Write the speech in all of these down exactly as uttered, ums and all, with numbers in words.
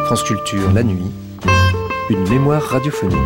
France Culture, la nuit, une mémoire radiophonique.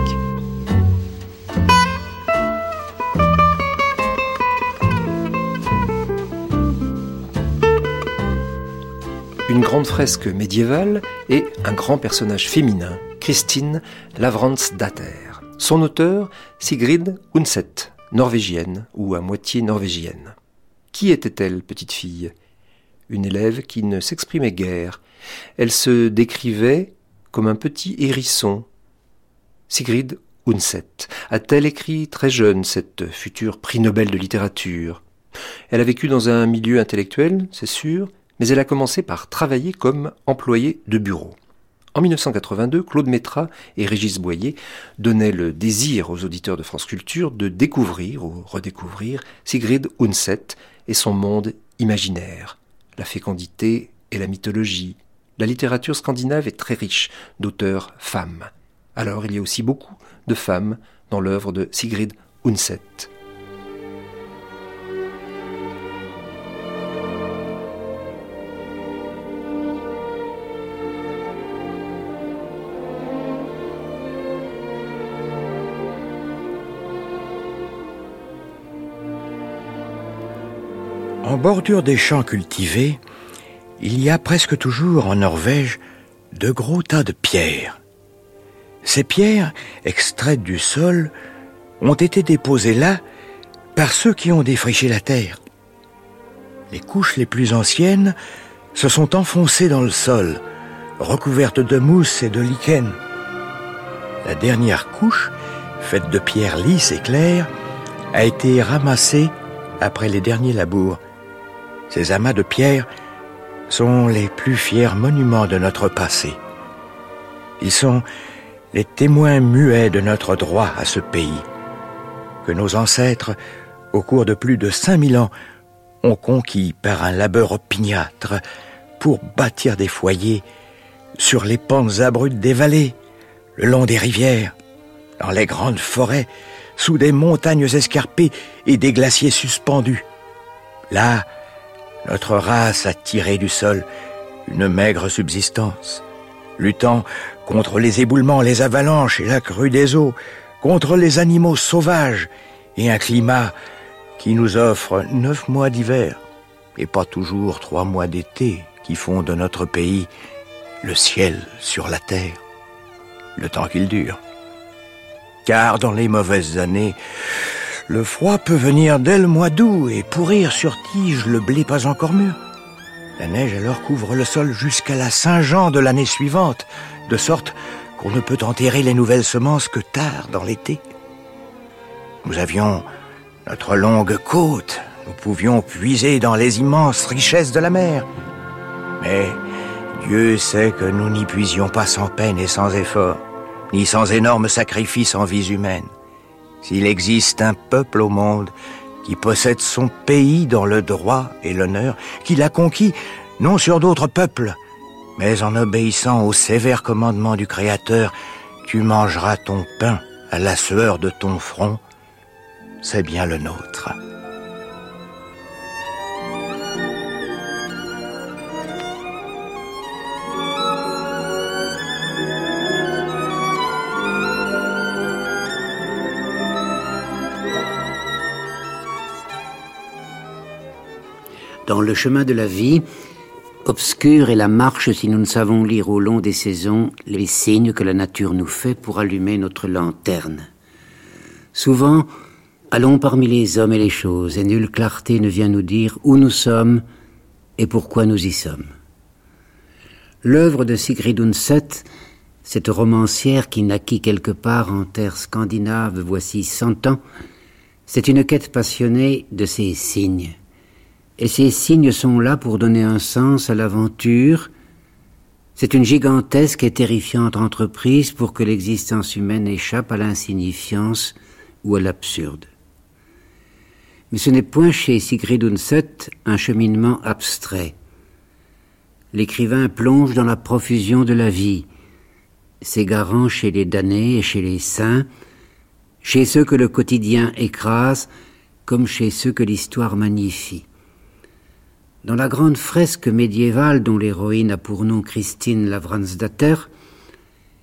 Une grande fresque médiévale et un grand personnage féminin, Kristin Lavransdatter. Son auteur, Sigrid Undset, norvégienne ou à moitié norvégienne. Qui était-elle, petite fille ? Une élève qui ne s'exprimait guère. Elle se décrivait comme un petit hérisson. Sigrid Undset a-t-elle écrit très jeune cette future prix Nobel de littérature ? Elle a vécu dans un milieu intellectuel, c'est sûr, mais elle a commencé par travailler comme employée de bureau. En dix-neuf cent quatre-vingt-deux, Claude Métras et Régis Boyer donnaient le désir aux auditeurs de France Culture de découvrir ou redécouvrir Sigrid Undset et son monde imaginaire. La fécondité et la mythologie. La littérature scandinave est très riche d'auteurs femmes. Alors il y a aussi beaucoup de femmes dans l'œuvre de Sigrid Undset. En bordure des champs cultivés, il y a presque toujours en Norvège de gros tas de pierres. Ces pierres, extraites du sol, ont été déposées là par ceux qui ont défriché la terre. Les couches les plus anciennes se sont enfoncées dans le sol, recouvertes de mousse et de lichen. La dernière couche, faite de pierres lisses et claires, a été ramassée après les derniers labours. Ces amas de pierres sont les plus fiers monuments de notre passé. Ils sont les témoins muets de notre droit à ce pays, que nos ancêtres, au cours de plus de cinq mille ans, ont conquis par un labeur opiniâtre pour bâtir des foyers sur les pentes abruptes des vallées, le long des rivières, dans les grandes forêts, sous des montagnes escarpées et des glaciers suspendus. Là, notre race a tiré du sol une maigre subsistance, luttant contre les éboulements, les avalanches et la crue des eaux, contre les animaux sauvages et un climat qui nous offre neuf mois d'hiver et pas toujours trois mois d'été qui font de notre pays le ciel sur la terre, le temps qu'il dure. Car dans les mauvaises années, le froid peut venir dès le mois d'août et pourrir sur tige le blé pas encore mûr. La neige alors couvre le sol jusqu'à la Saint-Jean de l'année suivante, de sorte qu'on ne peut enterrer les nouvelles semences que tard dans l'été. Nous avions notre longue côte, nous pouvions puiser dans les immenses richesses de la mer. Mais Dieu sait que nous n'y puisions pas sans peine et sans effort, ni sans énormes sacrifices en vies humaines. S'il existe un peuple au monde qui possède son pays dans le droit et l'honneur, qui l'a conquis non sur d'autres peuples, mais en obéissant aux sévères commandements du Créateur, tu mangeras ton pain à la sueur de ton front, c'est bien le nôtre. Dans le chemin de la vie, obscure est la marche si nous ne savons lire au long des saisons les signes que la nature nous fait pour allumer notre lanterne. Souvent, allons parmi les hommes et les choses, et nulle clarté ne vient nous dire où nous sommes et pourquoi nous y sommes. L'œuvre de Sigrid Undset, cette romancière qui naquit quelque part en terre scandinave voici cent ans, c'est une quête passionnée de ces signes. Et ces signes sont là pour donner un sens à l'aventure. C'est une gigantesque et terrifiante entreprise pour que l'existence humaine échappe à l'insignifiance ou à l'absurde. Mais ce n'est point chez Sigrid Undset un cheminement abstrait. L'écrivain plonge dans la profusion de la vie, s'égarant chez les damnés et chez les saints, chez ceux que le quotidien écrase, comme chez ceux que l'histoire magnifie. Dans la grande fresque médiévale dont l'héroïne a pour nom Kristin Lavransdatter,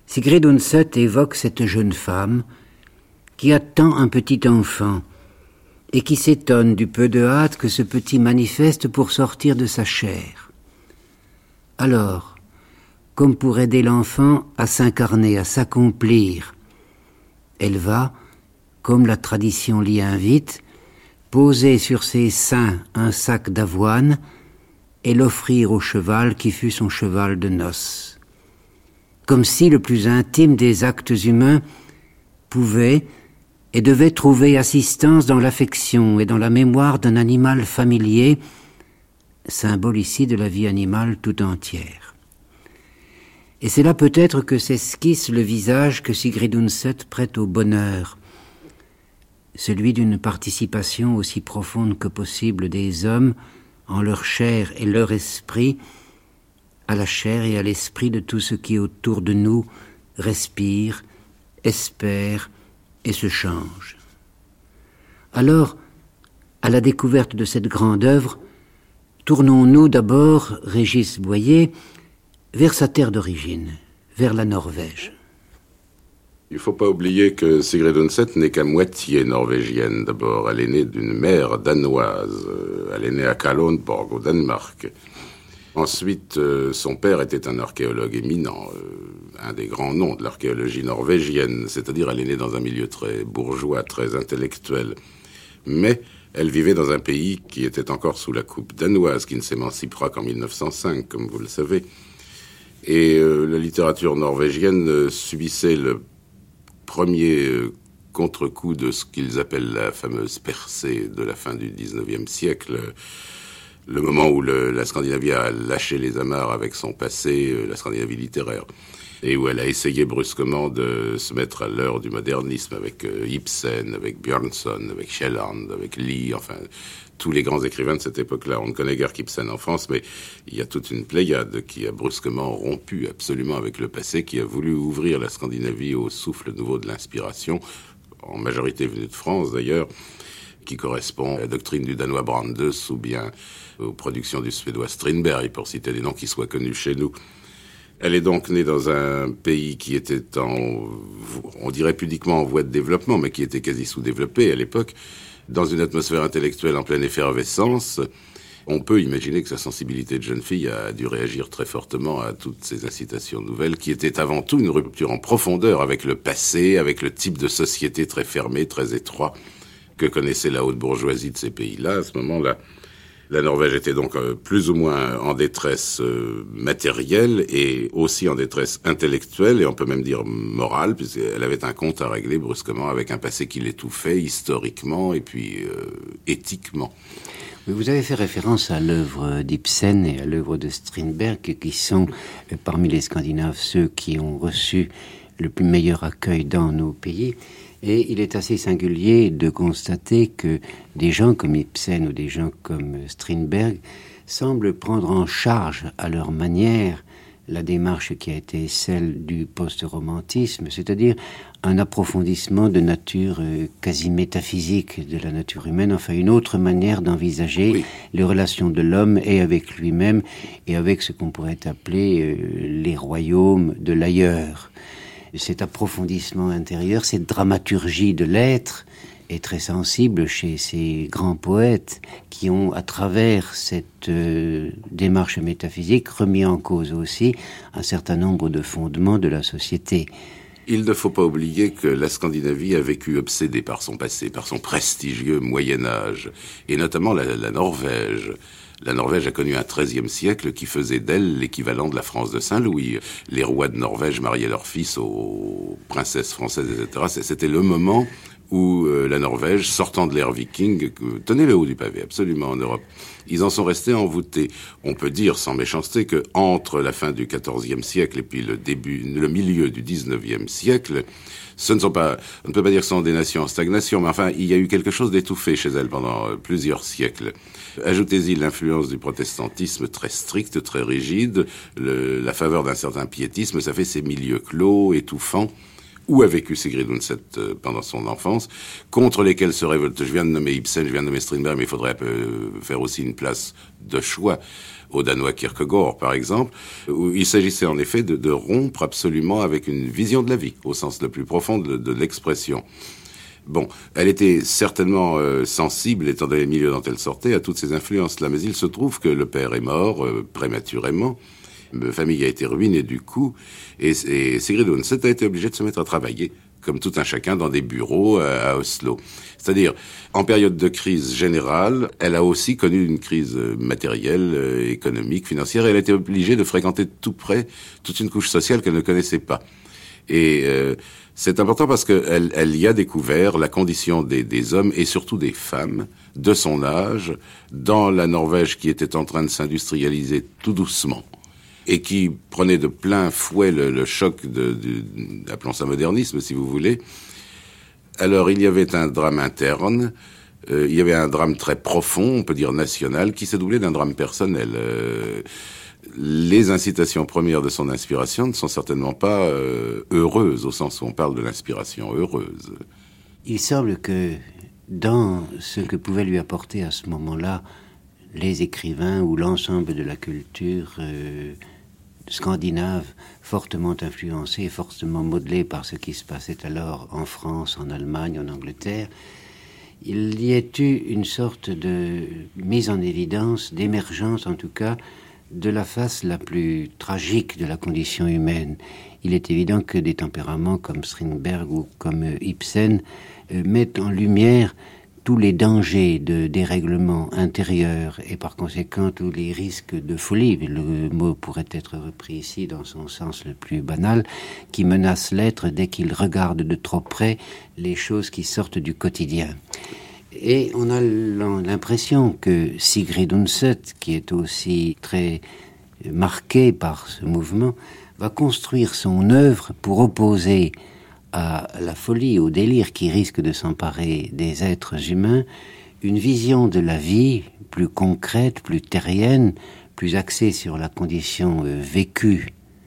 Sigrid Undset évoque cette jeune femme qui attend un petit enfant et qui s'étonne du peu de hâte que ce petit manifeste pour sortir de sa chair. Alors, comme pour aider l'enfant à s'incarner, à s'accomplir, elle va, comme la tradition l'y invite, poser sur ses seins un sac d'avoine et l'offrir au cheval qui fut son cheval de noces. Comme si le plus intime des actes humains pouvait et devait trouver assistance dans l'affection et dans la mémoire d'un animal familier, symbole ici de la vie animale tout entière. Et c'est là peut-être que s'esquisse le visage que Sigrid Undset prête au bonheur, celui d'une participation aussi profonde que possible des hommes, en leur chair et leur esprit, à la chair et à l'esprit de tout ce qui autour de nous respire, espère et se change. Alors, à la découverte de cette grande œuvre, tournons-nous d'abord, Régis Boyer, vers sa terre d'origine, vers la Norvège. Il ne faut pas oublier que Sigrid Undset n'est qu'à moitié norvégienne. D'abord, elle est née d'une mère danoise. Elle est née à Kalundborg, au Danemark. Ensuite, euh, son père était un archéologue éminent, euh, un des grands noms de l'archéologie norvégienne. C'est-à-dire, elle est née dans un milieu très bourgeois, très intellectuel. Mais elle vivait dans un pays qui était encore sous la coupe danoise, qui ne s'émancipera qu'en mille neuf cent cinq, comme vous le savez. Et euh, la littérature norvégienne euh, subissait le premier euh, contre-coup de ce qu'ils appellent la fameuse percée de la fin du dix-neuvième siècle, le moment où le, la Scandinavie a lâché les amarres avec son passé, euh, la Scandinavie littéraire, et où elle a essayé brusquement de se mettre à l'heure du modernisme avec euh, Ibsen, avec Björnson, avec Kielland, avec Lie, enfin tous les grands écrivains de cette époque-là. On ne connaît guère qu'Ibsen en France, mais il y a toute une pléiade qui a brusquement rompu absolument avec le passé, qui a voulu ouvrir la Scandinavie au souffle nouveau de l'inspiration, en majorité venue de France d'ailleurs, qui correspond à la doctrine du Danois Brandes ou bien aux productions du Suédois Strindberg, pour citer des noms qui soient connus chez nous. Elle est donc née dans un pays qui était en, on dirait pudiquement en voie de développement, mais qui était quasi sous-développé à l'époque, dans une atmosphère intellectuelle en pleine effervescence. On peut imaginer que sa sensibilité de jeune fille a dû réagir très fortement à toutes ces incitations nouvelles, qui étaient avant tout une rupture en profondeur avec le passé, avec le type de société très fermé, très étroit, que connaissait la haute bourgeoisie de ces pays-là. À ce moment-là, la Norvège était donc euh, plus ou moins en détresse euh, matérielle et aussi en détresse intellectuelle et on peut même dire morale, puisqu'elle avait un compte à régler brusquement avec un passé qui l'étouffait historiquement et puis euh, éthiquement. Vous avez fait référence à l'œuvre d'Ibsen et à l'œuvre de Strindberg, qui sont euh, parmi les Scandinaves ceux qui ont reçu le plus meilleur accueil dans nos pays. Et il est assez singulier de constater que des gens comme Ibsen ou des gens comme Strindberg semblent prendre en charge à leur manière la démarche qui a été celle du post-romantisme, c'est-à-dire un approfondissement de nature quasi métaphysique de la nature humaine, enfin une autre manière d'envisager oui. les relations de l'homme et avec lui-même et avec ce qu'on pourrait appeler les royaumes de l'ailleurs. Cet approfondissement intérieur, cette dramaturgie de l'être est très sensible chez ces grands poètes qui ont, à travers cette euh, démarche métaphysique, remis en cause aussi un certain nombre de fondements de la société. Il ne faut pas oublier que la Scandinavie a vécu obsédée par son passé, par son prestigieux Moyen-Âge, et notamment la, la Norvège. La Norvège a connu un treizième siècle qui faisait d'elle l'équivalent de la France de Saint-Louis. Les rois de Norvège mariaient leurs fils aux princesses françaises, et cetera. C'était le moment où euh, la Norvège, sortant de l'ère viking, euh, tenait le haut du pavé, absolument, en Europe. Ils en sont restés envoûtés. On peut dire, sans méchanceté, que entre la fin du quatorzième siècle et puis le début, le milieu du dix-neuvième siècle, ce ne sont pas, on ne peut pas dire que ce sont des nations en stagnation, mais enfin, il y a eu quelque chose d'étouffé chez elles pendant plusieurs siècles. Ajoutez-y l'influence du protestantisme très strict, très rigide, le, la faveur d'un certain piétisme, ça fait ces milieux clos, étouffants, où a vécu Sigrid Undset euh, pendant son enfance, contre lesquels se révoltent. Je viens de nommer Ibsen, je viens de nommer Strindberg, mais il faudrait euh, faire aussi une place de choix au Danois Kierkegaard, par exemple, où il s'agissait en effet de, de rompre absolument avec une vision de la vie, au sens le plus profond de, de l'expression. Bon, elle était certainement euh, sensible, étant donné le milieu dont elle sortait, à toutes ces influences-là, mais il se trouve que le père est mort euh, prématurément, la famille a été ruinée du coup, et, et Sigrid Undset a été obligée de se mettre à travailler, comme tout un chacun, dans des bureaux à, à Oslo. C'est-à-dire, en période de crise générale, elle a aussi connu une crise matérielle, euh, économique, financière, et elle a été obligée de fréquenter de tout près toute une couche sociale qu'elle ne connaissait pas. Et euh, c'est important parce qu'elle elle y a découvert la condition des, des hommes et surtout des femmes de son âge dans la Norvège qui était en train de s'industrialiser tout doucement et qui prenait de plein fouet le, le choc de, de, de, appelons ça modernisme si vous voulez. Alors il y avait un drame interne, euh, il y avait un drame très profond, on peut dire national, qui s'est doublé d'un drame personnel. Euh, les incitations premières de son inspiration ne sont certainement pas euh, heureuses, au sens où on parle de l'inspiration heureuse. Il semble que dans ce que pouvaient lui apporter à ce moment-là les écrivains ou l'ensemble de la culture euh, scandinave, fortement influencée et fortement modelée par ce qui se passait alors en France, en Allemagne, en Angleterre, il y a eu une sorte de mise en évidence, d'émergence en tout cas, de la face la plus tragique de la condition humaine. Il est évident que des tempéraments comme Strindberg ou comme Ibsen euh, mettent en lumière tous les dangers de dérèglement intérieur et par conséquent tous les risques de folie, le mot pourrait être repris ici dans son sens le plus banal, qui menacent l'être dès qu'il regarde de trop près les choses qui sortent du quotidien. Et on a l'impression que Sigrid Undset, qui est aussi très marquée par ce mouvement, va construire son œuvre pour opposer à la folie, au délire qui risque de s'emparer des êtres humains, une vision de la vie plus concrète, plus terrienne, plus axée sur la condition euh, vécue,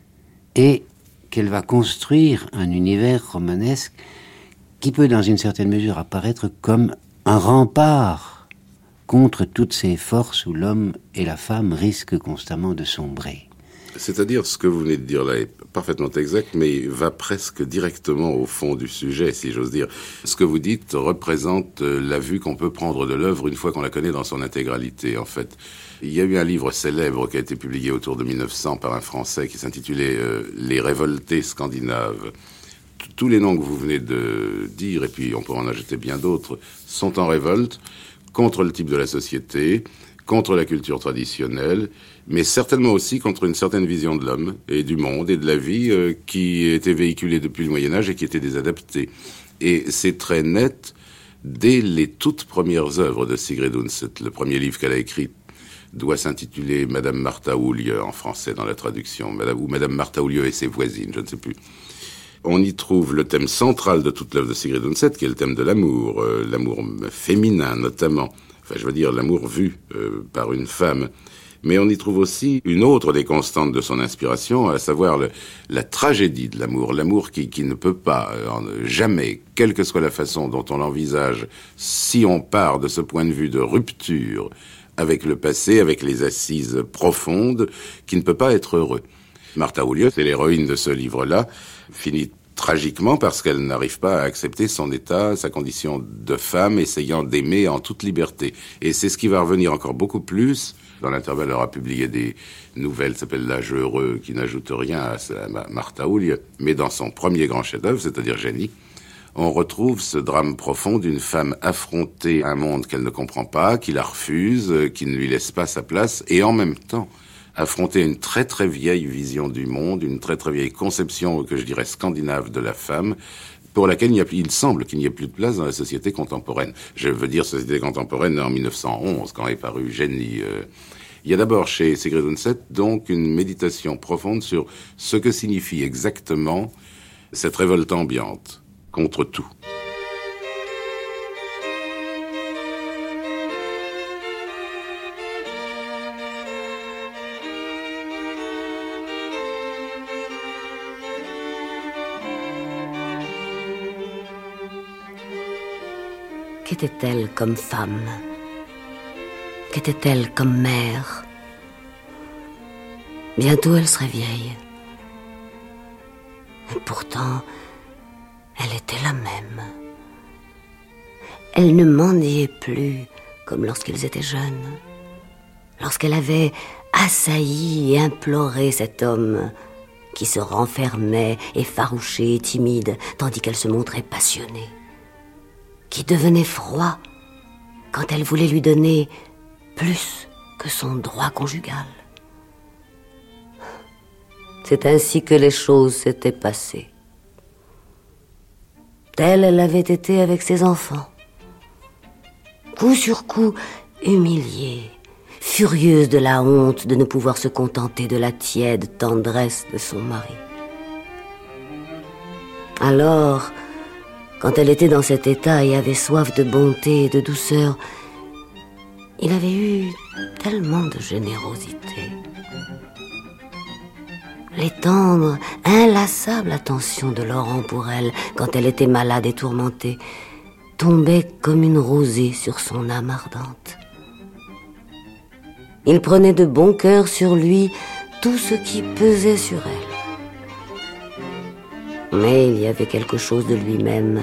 et qu'elle va construire un univers romanesque qui peut dans une certaine mesure apparaître comme un rempart contre toutes ces forces où l'homme et la femme risquent constamment de sombrer. C'est-à-dire, ce que vous venez de dire là est parfaitement exact, mais va presque directement au fond du sujet, si j'ose dire. Ce que vous dites représente la vue qu'on peut prendre de l'œuvre une fois qu'on la connaît dans son intégralité, en fait. Il y a eu un livre célèbre qui a été publié autour de mille neuf cents par un Français qui s'intitulait euh, « Les révoltés scandinaves ». Tous les noms que vous venez de dire, et puis on peut en ajouter bien d'autres, sont en révolte contre le type de la société, contre la culture traditionnelle, mais certainement aussi contre une certaine vision de l'homme et du monde et de la vie euh, qui était véhiculée depuis le Moyen-Âge et qui était désadaptée. Et c'est très net dès les toutes premières œuvres de Sigrid Undset. Le premier livre qu'elle a écrit doit s'intituler « Madame Martha Oulieu » en français dans la traduction, ou « Madame Martha Oulieu et ses voisines », je ne sais plus. On y trouve le thème central de toute l'œuvre de Sigrid Undset, qui est le thème de l'amour, euh, l'amour féminin notamment, enfin je veux dire l'amour vu euh, par une femme. Mais on y trouve aussi une autre des constantes de son inspiration, à savoir le, la tragédie de l'amour, l'amour qui, qui ne peut pas, euh, jamais, quelle que soit la façon dont on l'envisage, si on part de ce point de vue de rupture avec le passé, avec les assises profondes, qui ne peut pas être heureux. Martha Oulieu, c'est l'héroïne de ce livre-là, finit tragiquement parce qu'elle n'arrive pas à accepter son état, sa condition de femme, essayant d'aimer en toute liberté. Et c'est ce qui va revenir encore beaucoup plus. Dans l'intervalle, elle aura publié des nouvelles, s'appelle L'âge heureux, qui n'ajoute rien à, à Martha Oulieu. Mais dans son premier grand chef-d'œuvre, c'est-à-dire Génie, on retrouve ce drame profond d'une femme affrontée à un monde qu'elle ne comprend pas, qui la refuse, qui ne lui laisse pas sa place, et en même temps affronter une très très vieille vision du monde, une très très vieille conception, que je dirais scandinave, de la femme, pour laquelle il, y a, il semble qu'il n'y ait plus de place dans la société contemporaine. Je veux dire société contemporaine en mille neuf cent onze, quand est paru Génie. Euh. Il y a d'abord chez Sigrid Undset donc une méditation profonde sur ce que signifie exactement cette révolte ambiante contre tout. Qu'était-elle comme femme? Qu'était-elle comme mère? Bientôt elle serait vieille. Et pourtant, elle était la même. Elle ne mendiait plus comme lorsqu'ils étaient jeunes, lorsqu'elle avait assailli et imploré cet homme qui se renfermait, effarouché et timide, tandis qu'elle se montrait passionnée, qui devenait froid quand elle voulait lui donner plus que son droit conjugal. C'est ainsi que les choses s'étaient passées. Telle elle avait été avec ses enfants. Coup sur coup, humiliée, furieuse de la honte de ne pouvoir se contenter de la tiède tendresse de son mari. Alors, quand elle était dans cet état et avait soif de bonté et de douceur, il avait eu tellement de générosité. Les tendres, inlassables attentions de Laurent pour elle, quand elle était malade et tourmentée, tombaient comme une rosée sur son âme ardente. Il prenait de bon cœur sur lui tout ce qui pesait sur elle. Mais il y avait quelque chose de lui-même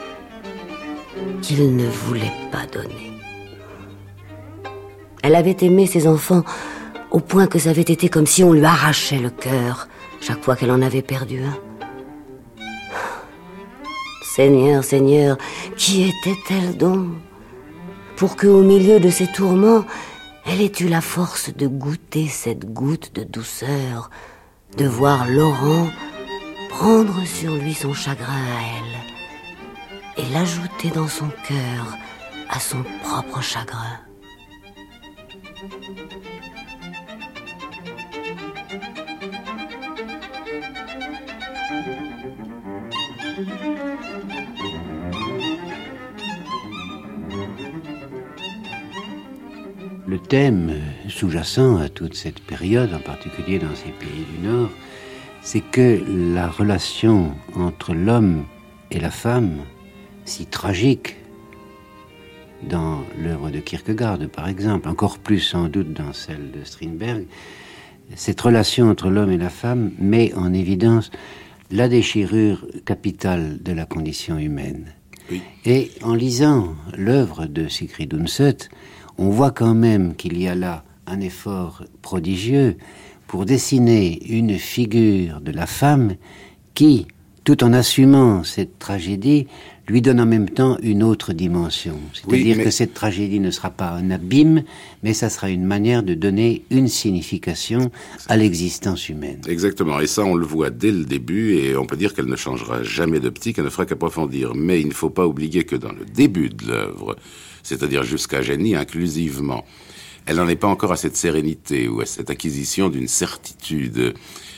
qu'il ne voulait pas donner. Elle avait aimé ses enfants au point que ça avait été comme si on lui arrachait le cœur chaque fois qu'elle en avait perdu un. Seigneur, Seigneur, qui était-elle donc pour que, au milieu de ses tourments, elle ait eu la force de goûter cette goutte de douceur, de voir Laurent prendre sur lui son chagrin à elle et l'ajouter dans son cœur à son propre chagrin. Le thème sous-jacent à toute cette période, en particulier dans ces pays du Nord, c'est que la relation entre l'homme et la femme, si tragique dans l'œuvre de Kierkegaard, par exemple, encore plus sans doute dans celle de Strindberg, cette relation entre l'homme et la femme met en évidence la déchirure capitale de la condition humaine. Oui. Et en lisant l'œuvre de Sigrid Undset, on voit quand même qu'il y a là un effort prodigieux pour dessiner une figure de la femme qui, tout en assumant cette tragédie, lui donne en même temps une autre dimension. C'est-à-dire oui, mais... que cette tragédie ne sera pas un abîme, mais ça sera une manière de donner une signification à l'existence humaine. Exactement, et ça on le voit dès le début, et on peut dire qu'elle ne changera jamais d'optique, elle ne fera qu'approfondir. Mais il ne faut pas oublier que dans le début de l'œuvre, c'est-à-dire jusqu'à Génie inclusivement, elle n'en est pas encore à cette sérénité ou à cette acquisition d'une certitude.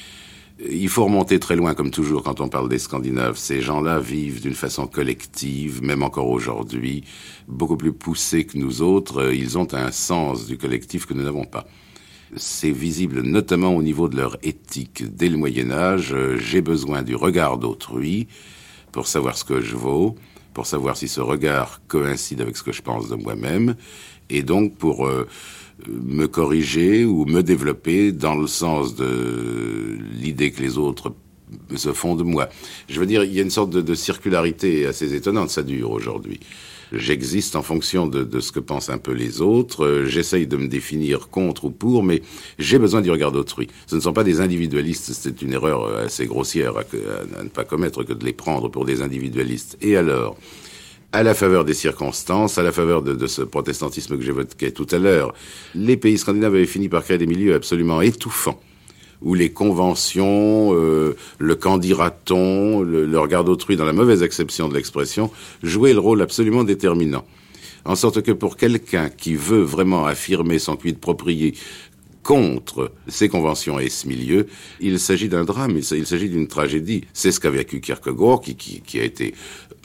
Il faut remonter très loin, comme toujours, quand on parle des Scandinaves. Ces gens-là vivent d'une façon collective, même encore aujourd'hui, beaucoup plus poussée que nous autres. Ils ont un sens du collectif que nous n'avons pas. C'est visible notamment au niveau de leur éthique. Dès le Moyen-Âge, j'ai besoin du regard d'autrui pour savoir ce que je vaux, pour savoir si ce regard coïncide avec ce que je pense de moi-même, et donc pour euh, me corriger ou me développer dans le sens de l'idée que les autres se font de moi. Je veux dire, il y a une sorte de, de circularité assez étonnante, ça dure aujourd'hui. J'existe en fonction de, de ce que pensent un peu les autres, j'essaye de me définir contre ou pour, mais j'ai besoin du regard d'autrui. Ce ne sont pas des individualistes, c'est une erreur assez grossière à, à, à ne pas commettre que de les prendre pour des individualistes. Et alors, à la faveur des circonstances, à la faveur de, de ce protestantisme que j'évoquais tout à l'heure, les pays scandinaves avaient fini par créer des milieux absolument étouffants, où les conventions, euh, le qu'en dira-t-on, le, le regard d'autrui dans la mauvaise acception de l'expression, jouaient le rôle absolument déterminant. En sorte que pour quelqu'un qui veut vraiment affirmer son quid proprie contre ces conventions et ce milieu, il s'agit d'un drame, il s'agit d'une tragédie. C'est ce qu'a vécu Kierkegaard, qui, qui, qui a été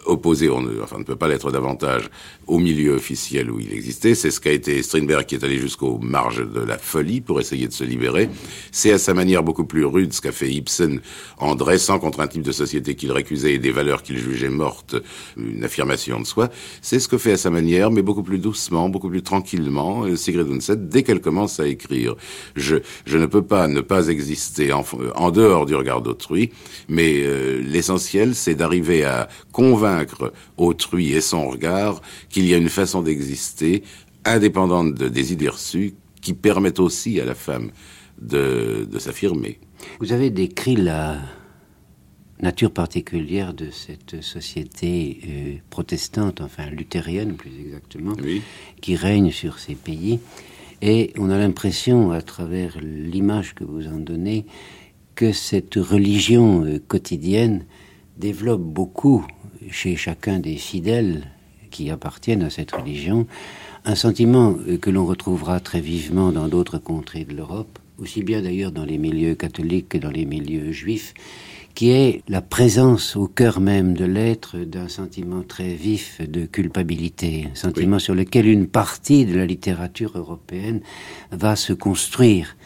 opposé, on ne, enfin, on ne peut pas l'être davantage, au milieu officiel où il existait. C'est ce qu'a été Strindberg, qui est allé jusqu'aux marges de la folie pour essayer de se libérer. C'est à sa manière beaucoup plus rude ce qu'a fait Ibsen en dressant contre un type de société qu'il récusait et des valeurs qu'il jugeait mortes une affirmation de soi. C'est ce que fait à sa manière, mais beaucoup plus doucement, beaucoup plus tranquillement, Sigrid Undset, dès qu'elle commence à écrire. Je, je ne peux pas ne pas exister en, en dehors du regard d'autrui, mais euh, l'essentiel, c'est d'arriver à convaincre autrui et son regard qu'il y a une façon d'exister indépendante de, des idées reçues qui permettent aussi à la femme de, de s'affirmer. Vous avez décrit la nature particulière de cette société euh, protestante, enfin luthérienne plus exactement, oui. qui règne sur ces pays. Et on a l'impression, à travers l'image que vous en donnez, que cette religion euh, quotidienne développe beaucoup chez chacun des fidèles qui appartiennent à cette religion, un sentiment euh, que l'on retrouvera très vivement dans d'autres contrées de l'Europe, aussi bien d'ailleurs dans les milieux catholiques que dans les milieux juifs, qui est la présence au cœur même de l'être d'un sentiment très vif de culpabilité, un sentiment oui. sur lequel une partie de la littérature européenne va se construire.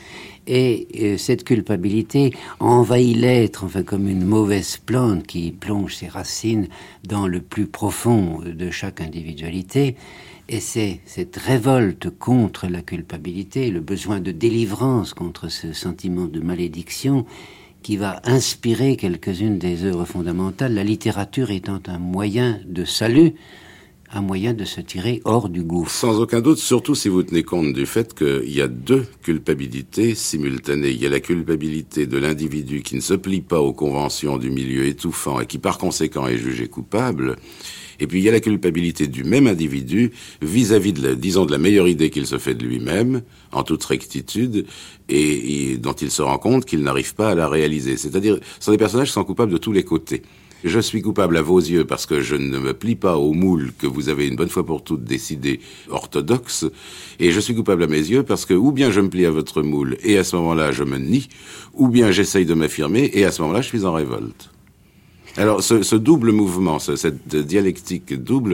Et euh, cette culpabilité envahit l'être, enfin comme une mauvaise plante qui plonge ses racines dans le plus profond de chaque individualité. Et c'est cette révolte contre la culpabilité, le besoin de délivrance contre ce sentiment de malédiction qui va inspirer quelques-unes des œuvres fondamentales, la littérature étant un moyen de salut, un moyen de se tirer hors du gouffre. Sans aucun doute, surtout si vous tenez compte du fait qu'il y a deux culpabilités simultanées. Il y a la culpabilité de l'individu qui ne se plie pas aux conventions du milieu étouffant et qui par conséquent est jugé coupable. Et puis il y a la culpabilité du même individu vis-à-vis de la, disons, de la meilleure idée qu'il se fait de lui-même, en toute rectitude, et, et dont il se rend compte qu'il n'arrive pas à la réaliser. C'est-à-dire, ce sont des personnages qui sont coupables de tous les côtés. Je suis coupable à vos yeux parce que je ne me plie pas au moule que vous avez une bonne fois pour toutes décidé orthodoxe, et je suis coupable à mes yeux parce que ou bien je me plie à votre moule et à ce moment-là je me nie, ou bien j'essaye de m'affirmer et à ce moment-là je suis en révolte. Alors, ce, ce double mouvement, ce, cette dialectique double,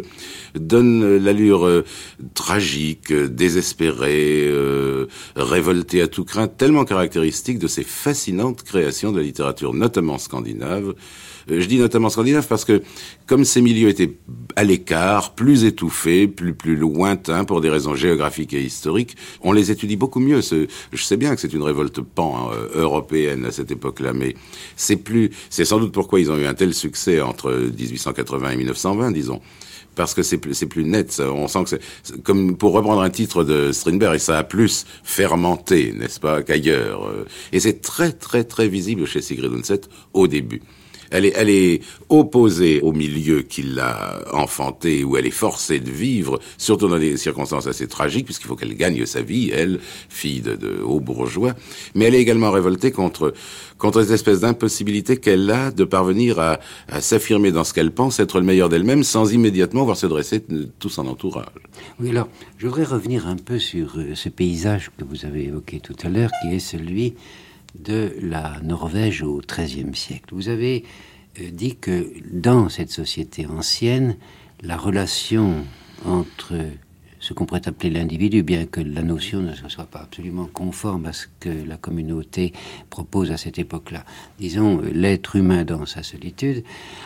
donne l'allure euh, tragique, désespérée, euh, révoltée à tout craint, tellement caractéristique de ces fascinantes créations de la littérature, notamment scandinave. Euh, je dis notamment scandinave parce que, comme ces milieux étaient à l'écart, plus étouffés, plus plus lointains pour des raisons géographiques et historiques, on les étudie beaucoup mieux. Ce, je sais bien que c'est une révolte pan-européenne à cette époque-là, mais c'est plus, c'est sans doute pourquoi ils ont eu un tel succès entre dix-huit cent quatre-vingts et mille neuf cent vingt, disons. Parce que c'est plus, c'est plus net, ça. On sent que c'est, c'est, comme pour reprendre un titre de Strindberg, et ça a plus fermenté, n'est-ce pas, qu'ailleurs. Et c'est très, très, très visible chez Sigrid Undset au début. Elle est, elle est opposée au milieu qui l'a enfantée, où elle est forcée de vivre, surtout dans des circonstances assez tragiques, puisqu'il faut qu'elle gagne sa vie, elle, fille de, de hauts bourgeois. Mais elle est également révoltée contre, contre cette espèce d'impossibilité qu'elle a de parvenir à, à s'affirmer dans ce qu'elle pense être le meilleur d'elle-même, sans immédiatement voir se dresser tout son entourage. Oui, alors, je voudrais revenir un peu sur ce paysage que vous avez évoqué tout à l'heure, qui est celui de la Norvège au treizième siècle. Vous avez euh, dit que dans cette société ancienne, la relation entre ce qu'on pourrait appeler l'individu, bien que la notion ne soit pas absolument conforme à ce que la communauté propose à cette époque-là, disons l'être humain dans sa solitude,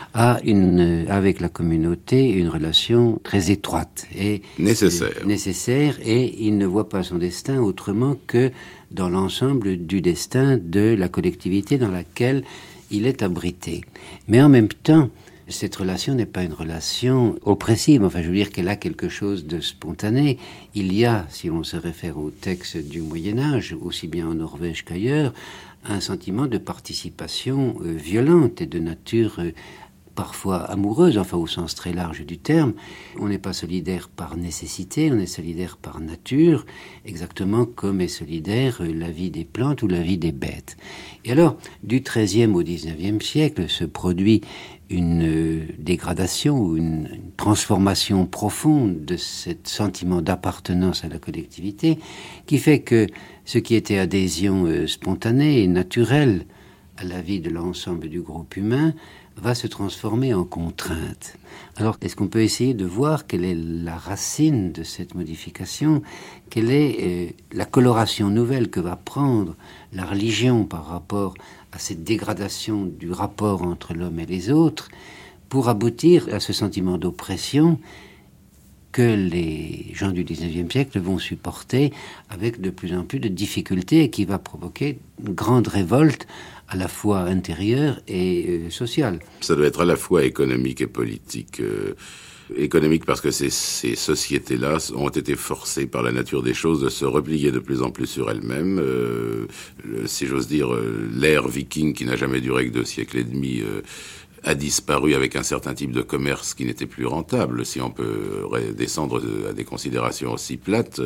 a une, avec la communauté une relation très étroite et nécessaire. Euh, nécessaire, et il ne voit pas son destin autrement que dans l'ensemble du destin de la collectivité dans laquelle il est abrité. Mais en même temps, cette relation n'est pas une relation oppressive. Enfin, je veux dire qu'elle a quelque chose de spontané. Il y a, si on se réfère au texte du Moyen-Âge, aussi bien en Norvège qu'ailleurs, un sentiment de participation euh, violente et de nature euh, parfois amoureuse, enfin au sens très large du terme. On n'est pas solidaire par nécessité, on est solidaire par nature, exactement comme est solidaire la vie des plantes ou la vie des bêtes. Et alors, du treizième au dix-neuvième siècle se produit une dégradation ou une, une transformation profonde de ce sentiment d'appartenance à la collectivité qui fait que ce qui était adhésion euh, spontanée et naturelle à la vie de l'ensemble du groupe humain va se transformer en contrainte. Alors, est-ce qu'on peut essayer de voir quelle est la racine de cette modification, quelle est euh, la coloration nouvelle que va prendre la religion par rapport à cette dégradation du rapport entre l'homme et les autres, pour aboutir à ce sentiment d'oppression que les gens du dix-neuvième siècle vont supporter avec de plus en plus de difficultés et qui va provoquer une grande révolte à la fois intérieure et euh, sociale. Ça doit être à la fois économique et politique. Euh, économique parce que ces, ces sociétés-là ont été forcées par la nature des choses de se replier de plus en plus sur elles-mêmes. Euh, le, si j'ose dire, euh, l'ère viking qui n'a jamais duré que deux siècles et demi euh, a disparu avec un certain type de commerce qui n'était plus rentable. Si on peut descendre à des considérations aussi plates,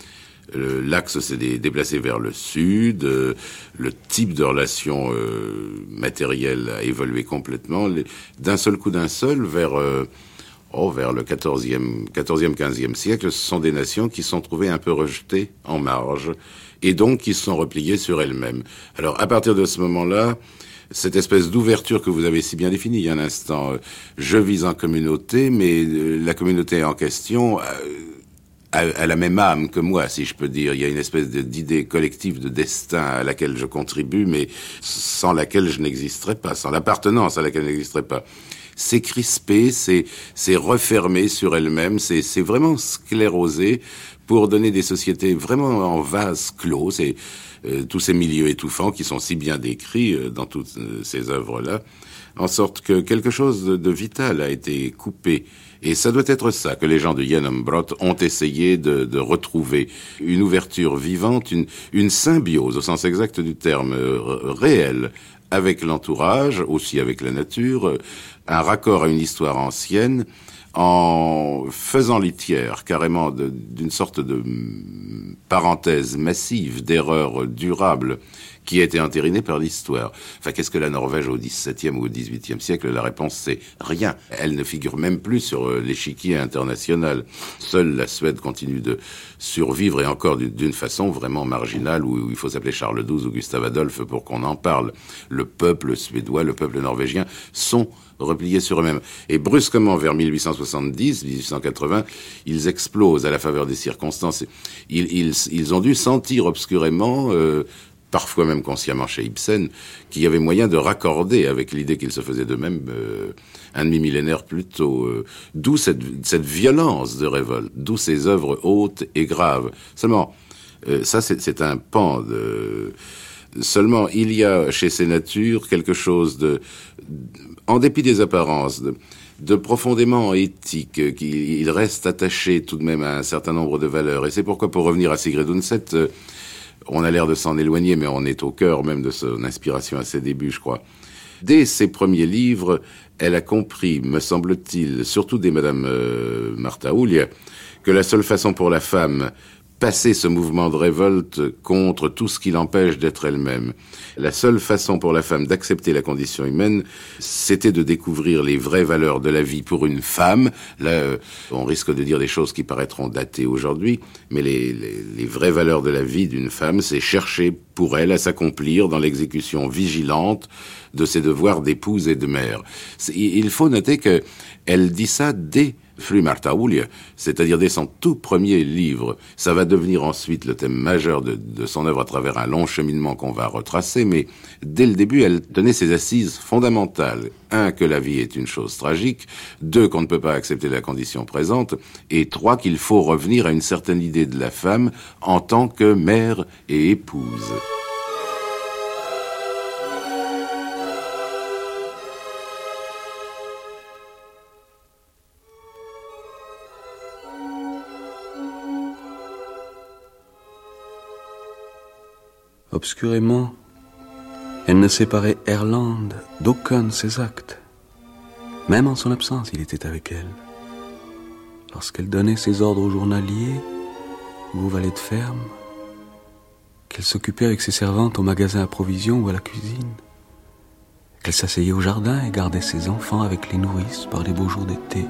l'axe s'est déplacé vers le sud, le type de relation matérielle a évolué complètement, d'un seul coup d'un seul, vers, oh, vers le quatorzième, quinzième siècle, ce sont des nations qui se sont trouvées un peu rejetées en marge, et donc qui se sont repliées sur elles-mêmes. Alors, à partir de ce moment-là, cette espèce d'ouverture que vous avez si bien définie il y a un instant, euh, je vis en communauté, mais euh, la communauté en question euh, a, a la même âme que moi, si je peux dire. Il y a une espèce de, d'idée collective de destin à laquelle je contribue, mais sans laquelle je n'existerais pas, sans l'appartenance à laquelle je n'existerais pas. C'est crispé, c'est, c'est refermé sur elle-même, c'est, c'est vraiment sclérosé pour donner des sociétés vraiment en vase clos. C'est euh, tous ces milieux étouffants qui sont si bien décrits euh, dans toutes euh, ces œuvres-là, en sorte que quelque chose de, de vital a été coupé. Et ça doit être ça que les gens de Jan Ombrot ont essayé de, de retrouver, une ouverture vivante, une, une symbiose au sens exact du terme, euh, réel, avec l'entourage, aussi avec la nature, euh, un raccord à une histoire ancienne, en faisant litière carrément de, d'une sorte de parenthèse massive d'erreurs durables qui a été entérinée par l'histoire. Enfin, qu'est-ce que la Norvège au dix-septième ou au dix-huitième siècle? La réponse, c'est rien. Elle ne figure même plus sur l'échiquier international. Seule la Suède continue de survivre, et encore d'une façon vraiment marginale, où il faut s'appeler Charles douze ou Gustave Adolphe pour qu'on en parle. Le peuple suédois, le peuple norvégien sont repliés sur eux-mêmes. Et brusquement, vers mille huit cent soixante-dix, mille huit cent quatre-vingts, ils explosent à la faveur des circonstances. Ils, ils, ils ont dû sentir obscurément, euh, parfois même consciemment chez Ibsen, qu'il y avait moyen de raccorder avec l'idée qu'ils se faisaient d'eux-mêmes euh, un demi-millénaire plus tôt. Euh, d'où cette, cette violence de révolte, d'où ces œuvres hautes et graves. Seulement, euh, ça c'est, c'est un pan de... Seulement, il y a chez ces natures quelque chose de... en dépit des apparences, de, de profondément éthique, qu'il reste attaché tout de même à un certain nombre de valeurs. Et c'est pourquoi, pour revenir à Sigrid Undset, euh, on a l'air de s'en éloigner, mais on est au cœur même de son inspiration à ses débuts, je crois. Dès ses premiers livres, elle a compris, me semble-t-il, surtout dès Madame euh, Martha Ulia, que la seule façon pour la femme passer ce mouvement de révolte contre tout ce qui l'empêche d'être elle-même. La seule façon pour la femme d'accepter la condition humaine, c'était de découvrir les vraies valeurs de la vie pour une femme. Là, euh, on risque de dire des choses qui paraîtront datées aujourd'hui, mais les, les, les vraies valeurs de la vie d'une femme, c'est chercher pour elle à s'accomplir dans l'exécution vigilante de ses devoirs d'épouse et de mère. C'est, il faut noter que elle dit ça dès Fru Martha Ulia, c'est-à-dire dès son tout premier livre. Ça va devenir ensuite le thème majeur de, de son œuvre à travers un long cheminement qu'on va retracer, mais dès le début, elle tenait ses assises fondamentales. Un, que la vie est une chose tragique. Deux, qu'on ne peut pas accepter la condition présente. Et trois, qu'il faut revenir à une certaine idée de la femme en tant que mère et épouse. Obscurément, elle ne séparait Erland d'aucun de ses actes. Même en son absence, il était avec elle. Lorsqu'elle donnait ses ordres aux journaliers ou aux valets de ferme, qu'elle s'occupait avec ses servantes au magasin à provisions ou à la cuisine, qu'elle s'asseyait au jardin et gardait ses enfants avec les nourrices par les beaux jours d'été.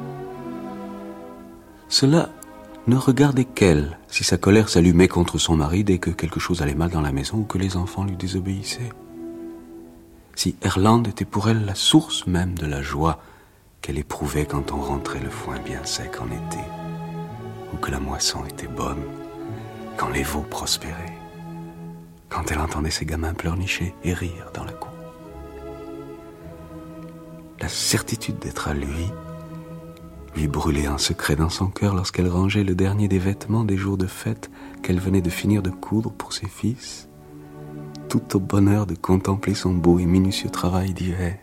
Cela ne regardait qu'elle si sa colère s'allumait contre son mari dès que quelque chose allait mal dans la maison ou que les enfants lui désobéissaient. si Erlande était pour elle la source même de la joie qu'elle éprouvait quand on rentrait le foin bien sec en été, ou que la moisson était bonne, quand les veaux prospéraient, quand elle entendait ses gamins pleurnicher et rire dans la cour. La certitude d'être à lui lui brûlait en secret dans son cœur lorsqu'elle rangeait le dernier des vêtements des jours de fête qu'elle venait de finir de coudre pour ses fils, tout au bonheur de contempler son beau et minutieux travail d'hiver.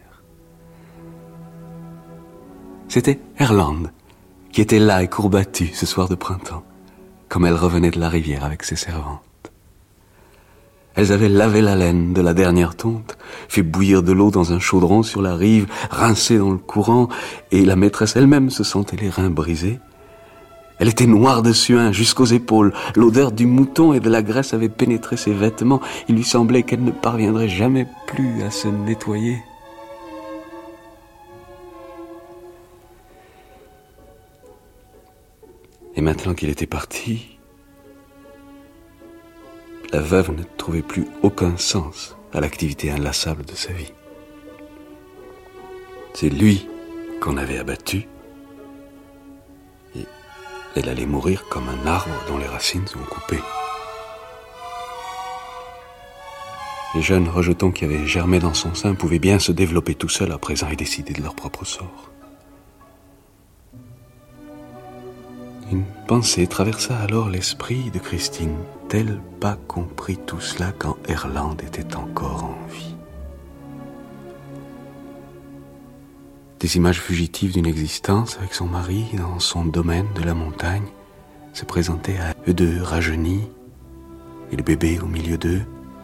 C'était Erlande qui était là et courbattue ce soir de printemps, comme elle revenait de la rivière avec ses servantes. Elles avaient lavé la laine de la dernière tonte, fait bouillir de l'eau dans un chaudron sur la rive, rincé dans le courant, et la maîtresse elle-même se sentait les reins brisés. Elle était noire de suint jusqu'aux épaules. L'odeur du mouton et de la graisse avait pénétré ses vêtements. Il lui semblait qu'elle ne parviendrait jamais plus à se nettoyer. Et maintenant qu'il était parti, la veuve ne trouvait plus aucun sens à l'activité inlassable de sa vie. C'est lui qu'on avait abattu, et elle allait mourir comme un arbre dont les racines sont coupées. Les jeunes rejetons qui avaient germé dans son sein pouvaient bien se développer tout seuls à présent et décider de leur propre sort. Une pensée traversa alors l'esprit de Christine. N'a-t-elle pas compris tout cela quand Erlande était encore en vie? Des images fugitives d'une existence avec son mari dans son domaine de la montagne se présentaient à eux deux rajeunis et le bébé au milieu d'eux.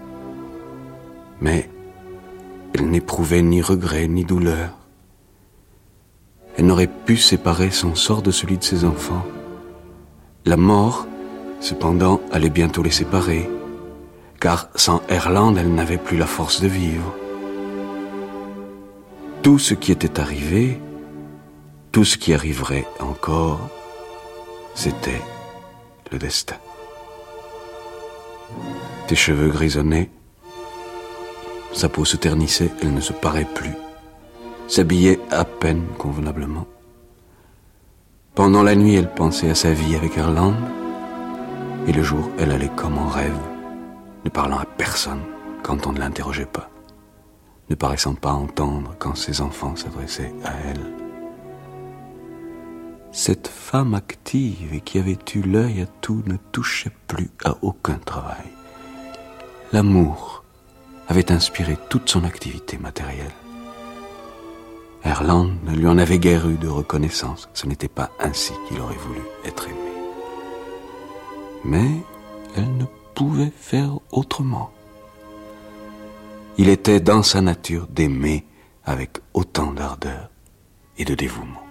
Mais elle n'éprouvait ni regret ni douleur. Elle n'aurait pu séparer son sort de celui de ses enfants. La mort, cependant, allait bientôt les séparer, car sans Erlande, elle n'avait plus la force de vivre. Tout ce qui était arrivé, tout ce qui arriverait encore, c'était le destin. Tes cheveux grisonnaient, sa peau se ternissait, elle ne se parait plus, s'habillait à peine convenablement. Pendant la nuit, elle pensait à sa vie avec Erlande, et le jour, elle allait comme en rêve, ne parlant à personne quand on ne l'interrogeait pas, ne paraissant pas entendre quand ses enfants s'adressaient à elle. Cette femme active et qui avait eu l'œil à tout ne touchait plus à aucun travail. L'amour avait inspiré toute son activité matérielle. Erlande ne lui en avait guère eu de reconnaissance. Ce n'était pas ainsi qu'il aurait voulu être aimé. Mais elle ne pouvait faire autrement. Il était dans sa nature d'aimer avec autant d'ardeur et de dévouement.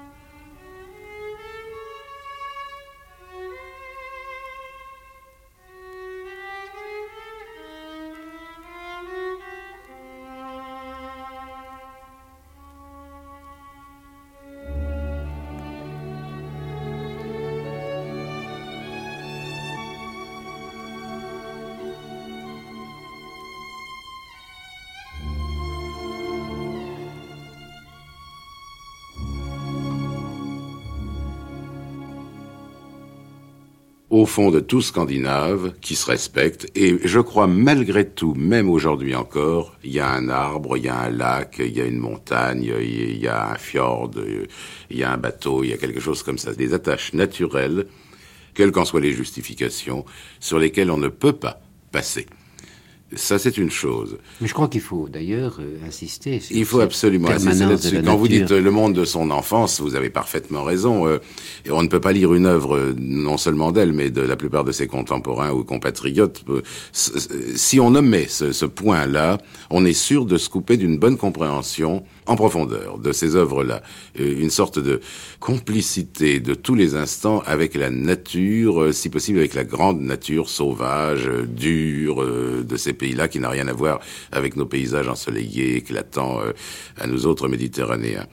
Au fond de tout Scandinave, qui se respecte, et je crois malgré tout, même aujourd'hui encore, il y a un arbre, il y a un lac, il y a une montagne, il y a un fjord, il y a un bateau, il y a quelque chose comme ça. Des attaches naturelles, quelles qu'en soient les justifications, sur lesquelles on ne peut pas passer. Ça, c'est une chose. Mais je crois qu'il faut d'ailleurs euh, insister sur Il faut absolument insister là-dessus. Quand nature. Vous dites euh, le monde de son enfance, vous avez parfaitement raison. Euh, et on ne peut pas lire une œuvre, euh, non seulement d'elle, mais de la plupart de ses contemporains ou compatriotes. Euh, si on omet ce, ce point-là, on est sûr de se couper d'une bonne compréhension en profondeur de ces œuvres-là. Euh, une sorte de complicité de tous les instants avec la nature, euh, si possible avec la grande nature sauvage, euh, dure, euh, de ces pays-là, qui n'a rien à voir avec nos paysages ensoleillés, éclatants, euh, à nous autres Méditerranéens.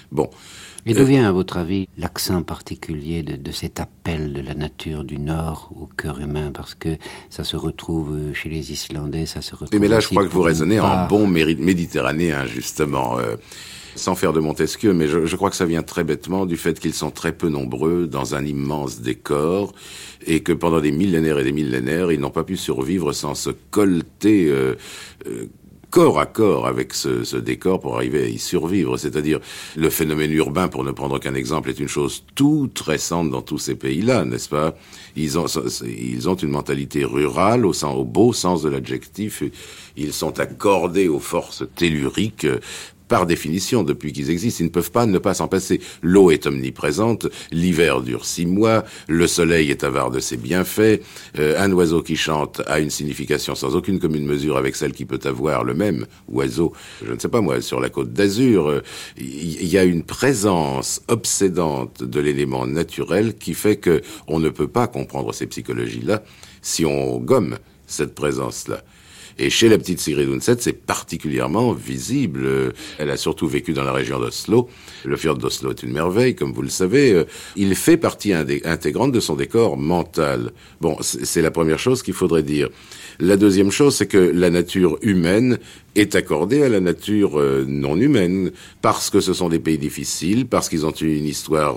Bon. Et d'où vient, à votre avis, l'accent particulier de, de cet appel de la nature du Nord au cœur humain? Parce que ça se retrouve chez les Islandais, ça se retrouve... Mais là, je crois que vous raisonnez part... en bon méditerranéen, justement, euh, sans faire de Montesquieu, mais je, je crois que ça vient très bêtement du fait qu'ils sont très peu nombreux dans un immense décor, et que pendant des millénaires et des millénaires, ils n'ont pas pu survivre sans se colter... Euh, euh, corps à corps avec ce, ce décor pour arriver à y survivre. C'est-à-dire, le phénomène urbain, pour ne prendre qu'un exemple, est une chose toute récente dans tous ces pays-là, n'est-ce pas? Ils ont, ils ont une mentalité rurale au, sens, au beau sens de l'adjectif. Ils sont accordés aux forces telluriques par définition, depuis qu'ils existent. Ils ne peuvent pas ne pas s'en passer. L'eau est omniprésente, l'hiver dure six mois, le soleil est avare de ses bienfaits, euh, un oiseau qui chante a une signification sans aucune commune mesure avec celle qui peut avoir le même oiseau, je ne sais pas moi, sur la côte d'Azur. Il euh, y a une présence obsédante de l'élément naturel qui fait que on ne peut pas comprendre ces psychologies-là si on gomme cette présence-là. Et chez la petite Sigrid Undset, c'est particulièrement visible. Elle a surtout vécu dans la région d'Oslo. Le fjord d'Oslo est une merveille, comme vous le savez. Il fait partie intégrante de son décor mental. Bon, c'est la première chose qu'il faudrait dire. La deuxième chose, c'est que la nature humaine est accordée à la nature non humaine, parce que ce sont des pays difficiles, parce qu'ils ont eu une histoire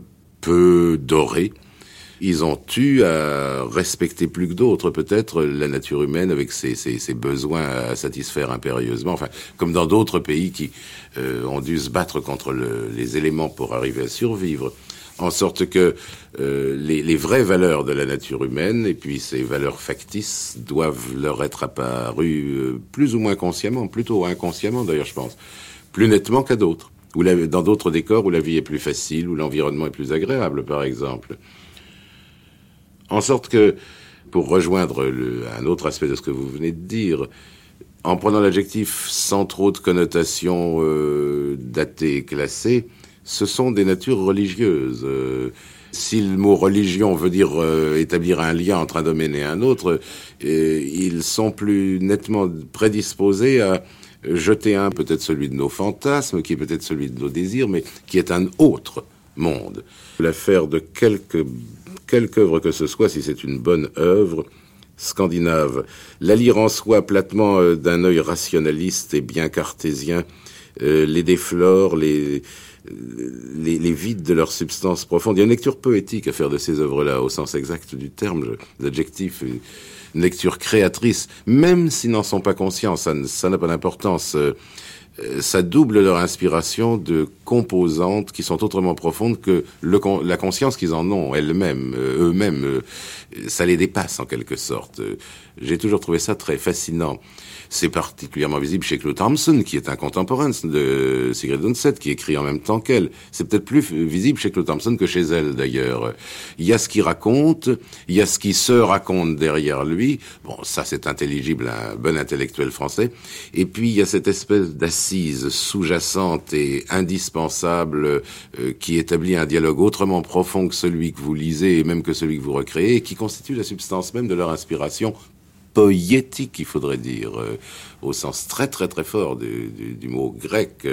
peu dorée. Ils ont eu à respecter plus que d'autres, peut-être, la nature humaine avec ses, ses, ses besoins à satisfaire impérieusement. Enfin, comme dans d'autres pays qui euh, ont dû se battre contre le, les éléments pour arriver à survivre. En sorte que euh, les, les vraies valeurs de la nature humaine, et puis ces valeurs factices, doivent leur être apparues euh, plus ou moins consciemment, plutôt inconsciemment d'ailleurs, je pense, plus nettement qu'à d'autres. Ou la, dans d'autres décors où la vie est plus facile, où l'environnement est plus agréable, par exemple. En sorte que, pour rejoindre le, un autre aspect de ce que vous venez de dire, en prenant l'adjectif sans trop de connotation euh, datée et classée, ce sont des natures religieuses. Euh, si le mot religion veut dire euh, établir un lien entre un domaine et un autre, euh, ils sont plus nettement prédisposés à jeter un, peut-être celui de nos fantasmes, qui est peut-être celui de nos désirs, mais qui est un autre monde. L'affaire de quelques quelque œuvre que ce soit, si c'est une bonne œuvre scandinave, la lire en soi platement euh, d'un œil rationaliste et bien cartésien, euh, les déflore, les, les, les vide de leur substance profonde. Il y a une lecture poétique à faire de ces œuvres-là, au sens exact du terme, l'adjectif, une lecture créatrice, même s'ils n'en sont pas conscients, ça, ça n'a pas d'importance. Euh, ça double leur inspiration de composantes qui sont autrement profondes que le, la conscience qu'ils en ont elles-mêmes, euh, eux-mêmes. Euh, ça les dépasse en quelque sorte. Euh, j'ai toujours trouvé ça très fascinant. C'est particulièrement visible chez Claude Thompson, qui est un contemporain de Sigrid Undset, qui écrit en même temps qu'elle. C'est peut-être plus visible chez Claude Thompson que chez elle, d'ailleurs. Il y a ce qu'il raconte, il y a ce qui se raconte derrière lui. Bon, ça, c'est intelligible à un bon intellectuel français. Et puis, il y a cette espèce d'assise sous-jacente et indispensable euh, qui établit un dialogue autrement profond que celui que vous lisez et même que celui que vous recréez, et qui constitue la substance même de leur inspiration poétique, il faudrait dire, euh, au sens très très très fort du, du, du mot grec.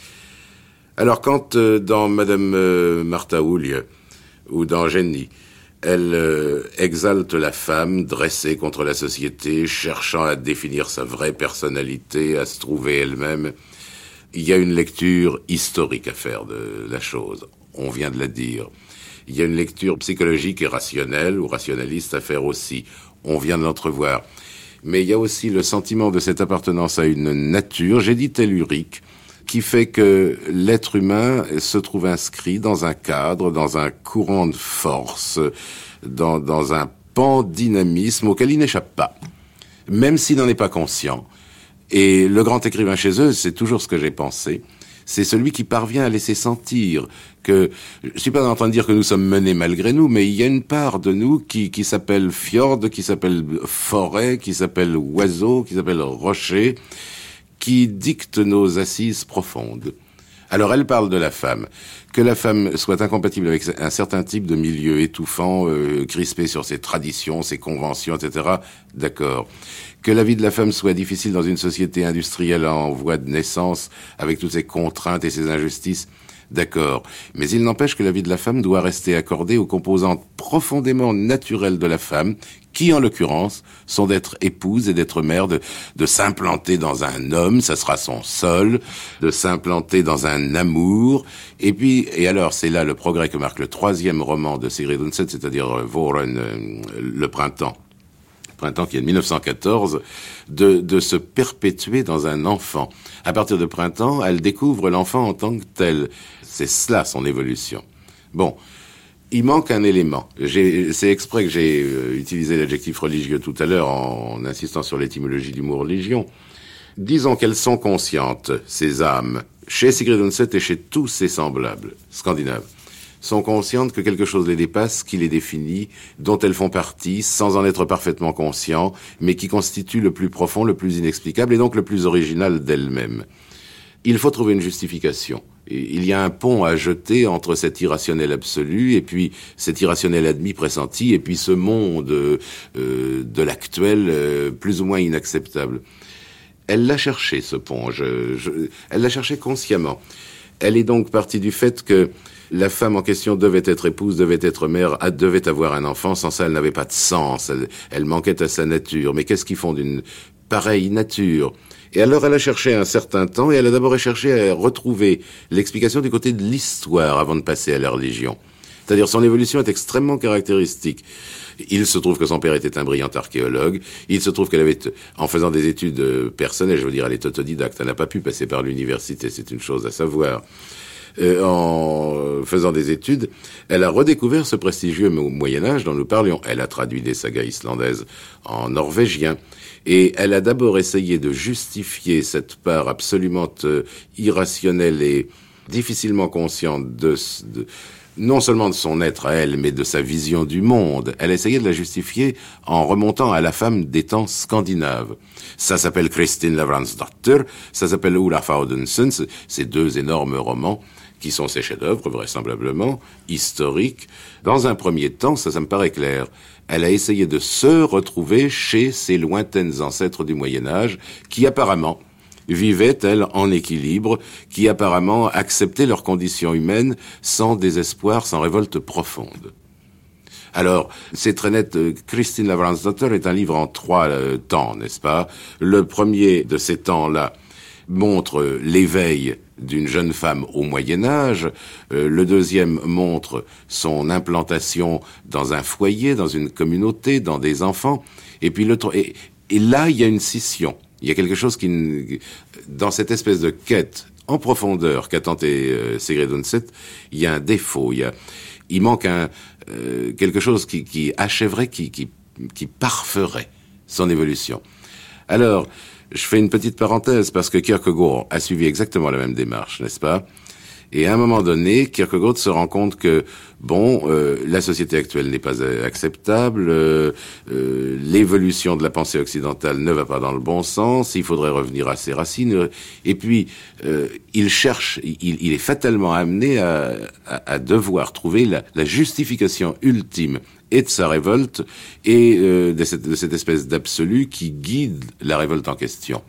Alors quand euh, dans Madame euh, Martha Houlié ou dans Jenny, elle euh, exalte la femme dressée contre la société, cherchant à définir sa vraie personnalité, à se trouver elle-même, il y a une lecture historique à faire de la chose, on vient de la dire. Il y a une lecture psychologique et rationnelle ou rationaliste à faire aussi. On vient de l'entrevoir. Mais il y a aussi le sentiment de cette appartenance à une nature, j'ai dit tellurique, qui fait que l'être humain se trouve inscrit dans un cadre, dans un courant de force, dans, dans un pan-dynamisme auquel il n'échappe pas, même s'il n'en est pas conscient. Et le grand écrivain chez eux, c'est toujours ce que j'ai pensé, c'est celui qui parvient à laisser sentir que, je suis pas en train de dire que nous sommes menés malgré nous, mais il y a une part de nous qui, qui s'appelle fjord, qui s'appelle forêt, qui s'appelle oiseau, qui s'appelle rocher, qui dicte nos assises profondes. Alors elle parle de la femme. Que la femme soit incompatible avec un certain type de milieu étouffant, euh, crispé sur ses traditions, ses conventions, et cetera, d'accord. Que la vie de la femme soit difficile dans une société industrielle en voie de naissance, avec toutes ses contraintes et ses injustices, D'accord, mais il n'empêche que la vie de la femme doit rester accordée aux composantes profondément naturelles de la femme, qui, en l'occurrence, sont d'être épouse et d'être mère, de, de s'implanter dans un homme, ça sera son sol, de s'implanter dans un amour. Et puis, et alors, c'est là le progrès que marque le troisième roman de Sigrid Undset, c'est-à-dire euh, Våren, euh, le printemps. Printemps qui est de mille neuf cent quatorze, de, de se perpétuer dans un enfant. À partir de Printemps, elle découvre l'enfant en tant que tel. C'est cela, son évolution. Bon. Il manque un élément. J'ai, c'est exprès que j'ai euh, utilisé l'adjectif religieux tout à l'heure en, en insistant sur l'étymologie du mot religion. Disons qu'elles sont conscientes, ces âmes, chez Sigrid Undset et chez tous ses semblables scandinaves, sont conscientes que quelque chose les dépasse, qui les définit, dont elles font partie, sans en être parfaitement conscients, mais qui constitue le plus profond, le plus inexplicable et donc le plus original d'elles-mêmes. Il faut trouver une justification. Il y a un pont à jeter entre cet irrationnel absolu et puis cet irrationnel admis pressenti et puis ce monde euh, de l'actuel euh, plus ou moins inacceptable. Elle l'a cherché, ce pont. Je, je, elle l'a cherché consciemment. Elle est donc partie du fait que la femme en question devait être épouse, devait être mère, devait avoir un enfant. Sans ça, elle n'avait pas de sens. Elle, elle manquait à sa nature. Mais qu'est-ce qu'ils font d'une pareille nature ? Et alors elle a cherché un certain temps, et elle a d'abord cherché à retrouver l'explication du côté de l'histoire avant de passer à la religion. C'est-à-dire son évolution est extrêmement caractéristique. Il se trouve que son père était un brillant archéologue, il se trouve qu'elle avait, en faisant des études personnelles, je veux dire, elle est autodidacte, elle n'a pas pu passer par l'université, c'est une chose à savoir. Euh, en faisant des études, elle a redécouvert ce prestigieux Moyen-Âge dont nous parlions. Elle a traduit des sagas islandaises en norvégien. Et elle a d'abord essayé de justifier cette part absolument euh, irrationnelle et difficilement consciente de, de, non seulement de son être à elle, mais de sa vision du monde. Elle a essayé de la justifier en remontant à la femme des temps scandinaves. Ça s'appelle Kristin Lavransdatter, ça s'appelle Olaf Audensson, ces deux énormes romans qui sont ses chefs-d'œuvre, vraisemblablement, historiques. Dans un premier temps, ça, ça me paraît clair, elle a essayé de se retrouver chez ces lointaines ancêtres du Moyen-Âge, qui apparemment vivaient, elles, en équilibre, qui apparemment acceptaient leurs conditions humaines sans désespoir, sans révolte profonde. Alors, c'est très net, euh, Kristin Lavransdatter est un livre en trois euh, temps, n'est-ce pas ? Le premier de ces temps-là montre euh, l'éveil d'une jeune femme au Moyen-Âge, euh, le deuxième montre son implantation dans un foyer, dans une communauté, dans des enfants, et puis le et, et là il y a une scission, il y a quelque chose qui, dans cette espèce de quête en profondeur qu'a tenté euh, Sigrid Undset, il y a un défaut, il y a, il manque un euh, quelque chose qui, qui achèverait, qui, qui, qui parferait son évolution. Alors, je fais une petite parenthèse parce que Kierkegaard a suivi exactement la même démarche, n'est-ce pas ? Et à un moment donné, Kierkegaard se rend compte que, bon, euh, la société actuelle n'est pas acceptable, euh, euh, l'évolution de la pensée occidentale ne va pas dans le bon sens, il faudrait revenir à ses racines, et puis euh, il cherche, il, il est fatalement amené à, à, à devoir trouver la, la justification ultime et de sa révolte, et euh, de, cette, de cette espèce d'absolu qui guide la révolte en question.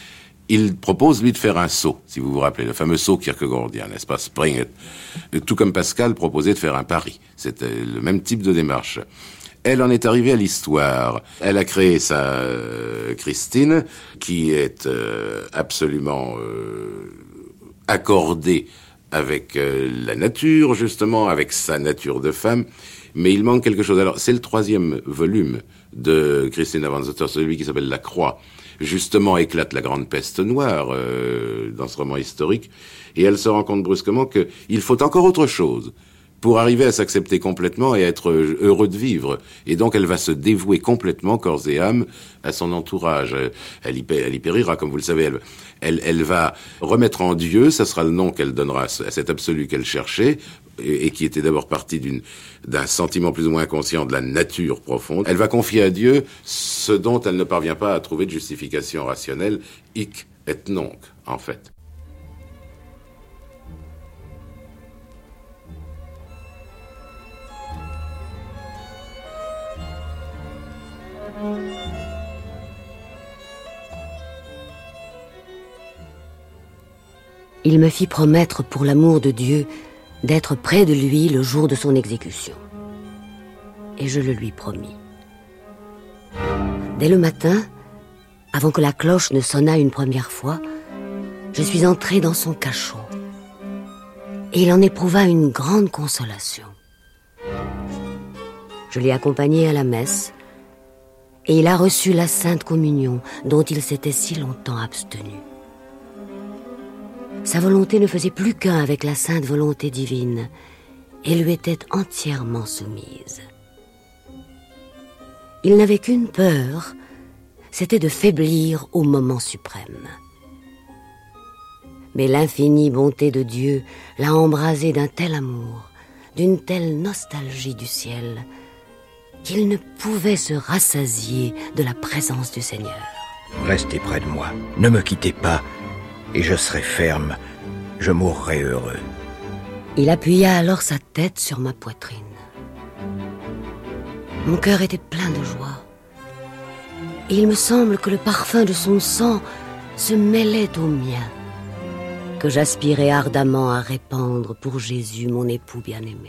Il propose, lui, de faire un saut, si vous vous rappelez, le fameux saut kierkegaardien, n'est-ce pas, Spring, tout comme Pascal proposait de faire un pari. C'était le même type de démarche. Elle en est arrivée à l'histoire. Elle a créé sa euh, Christine, qui est euh, absolument euh, accordée avec euh, la nature, justement, avec sa nature de femme, mais il manque quelque chose. Alors, c'est le troisième volume de Kristin Lavransdatter, celui qui s'appelle La Croix. Justement, éclate la grande peste noire euh, dans ce roman historique, et elle se rend compte brusquement qu'il faut encore autre chose pour arriver à s'accepter complètement et être heureux de vivre. Et donc, elle va se dévouer complètement, corps et âme, à son entourage. Elle y, elle y périra, comme vous le savez. Elle, elle, elle va remettre en Dieu, ça sera le nom qu'elle donnera à cet absolu qu'elle cherchait, et, et qui était d'abord parti d'une, d'un sentiment plus ou moins inconscient de la nature profonde. Elle va confier à Dieu ce dont elle ne parvient pas à trouver de justification rationnelle, hic et nunc, en fait. il me fit promettre pour l'amour de Dieu d'être près de lui le jour de son exécution. Et je le lui promis. Dès le matin, avant que la cloche ne sonnât une première fois, je suis entrée dans son cachot. Et il en éprouva une grande consolation. Je l'ai accompagné à la messe, et il a reçu la Sainte Communion dont il s'était si longtemps abstenu. Sa volonté ne faisait plus qu'un avec la sainte volonté divine et lui était entièrement soumise. Il n'avait qu'une peur, c'était de faiblir au moment suprême. Mais l'infinie bonté de Dieu l'a embrasé d'un tel amour, d'une telle nostalgie du ciel, qu'il ne pouvait se rassasier de la présence du Seigneur. Restez près de moi, ne me quittez pas, et je serai ferme, je mourrai heureux. Il appuya alors sa tête sur ma poitrine. Mon cœur était plein de joie. Et il me semble que le parfum de son sang se mêlait au mien, que j'aspirais ardemment à répandre pour Jésus, mon époux bien-aimé.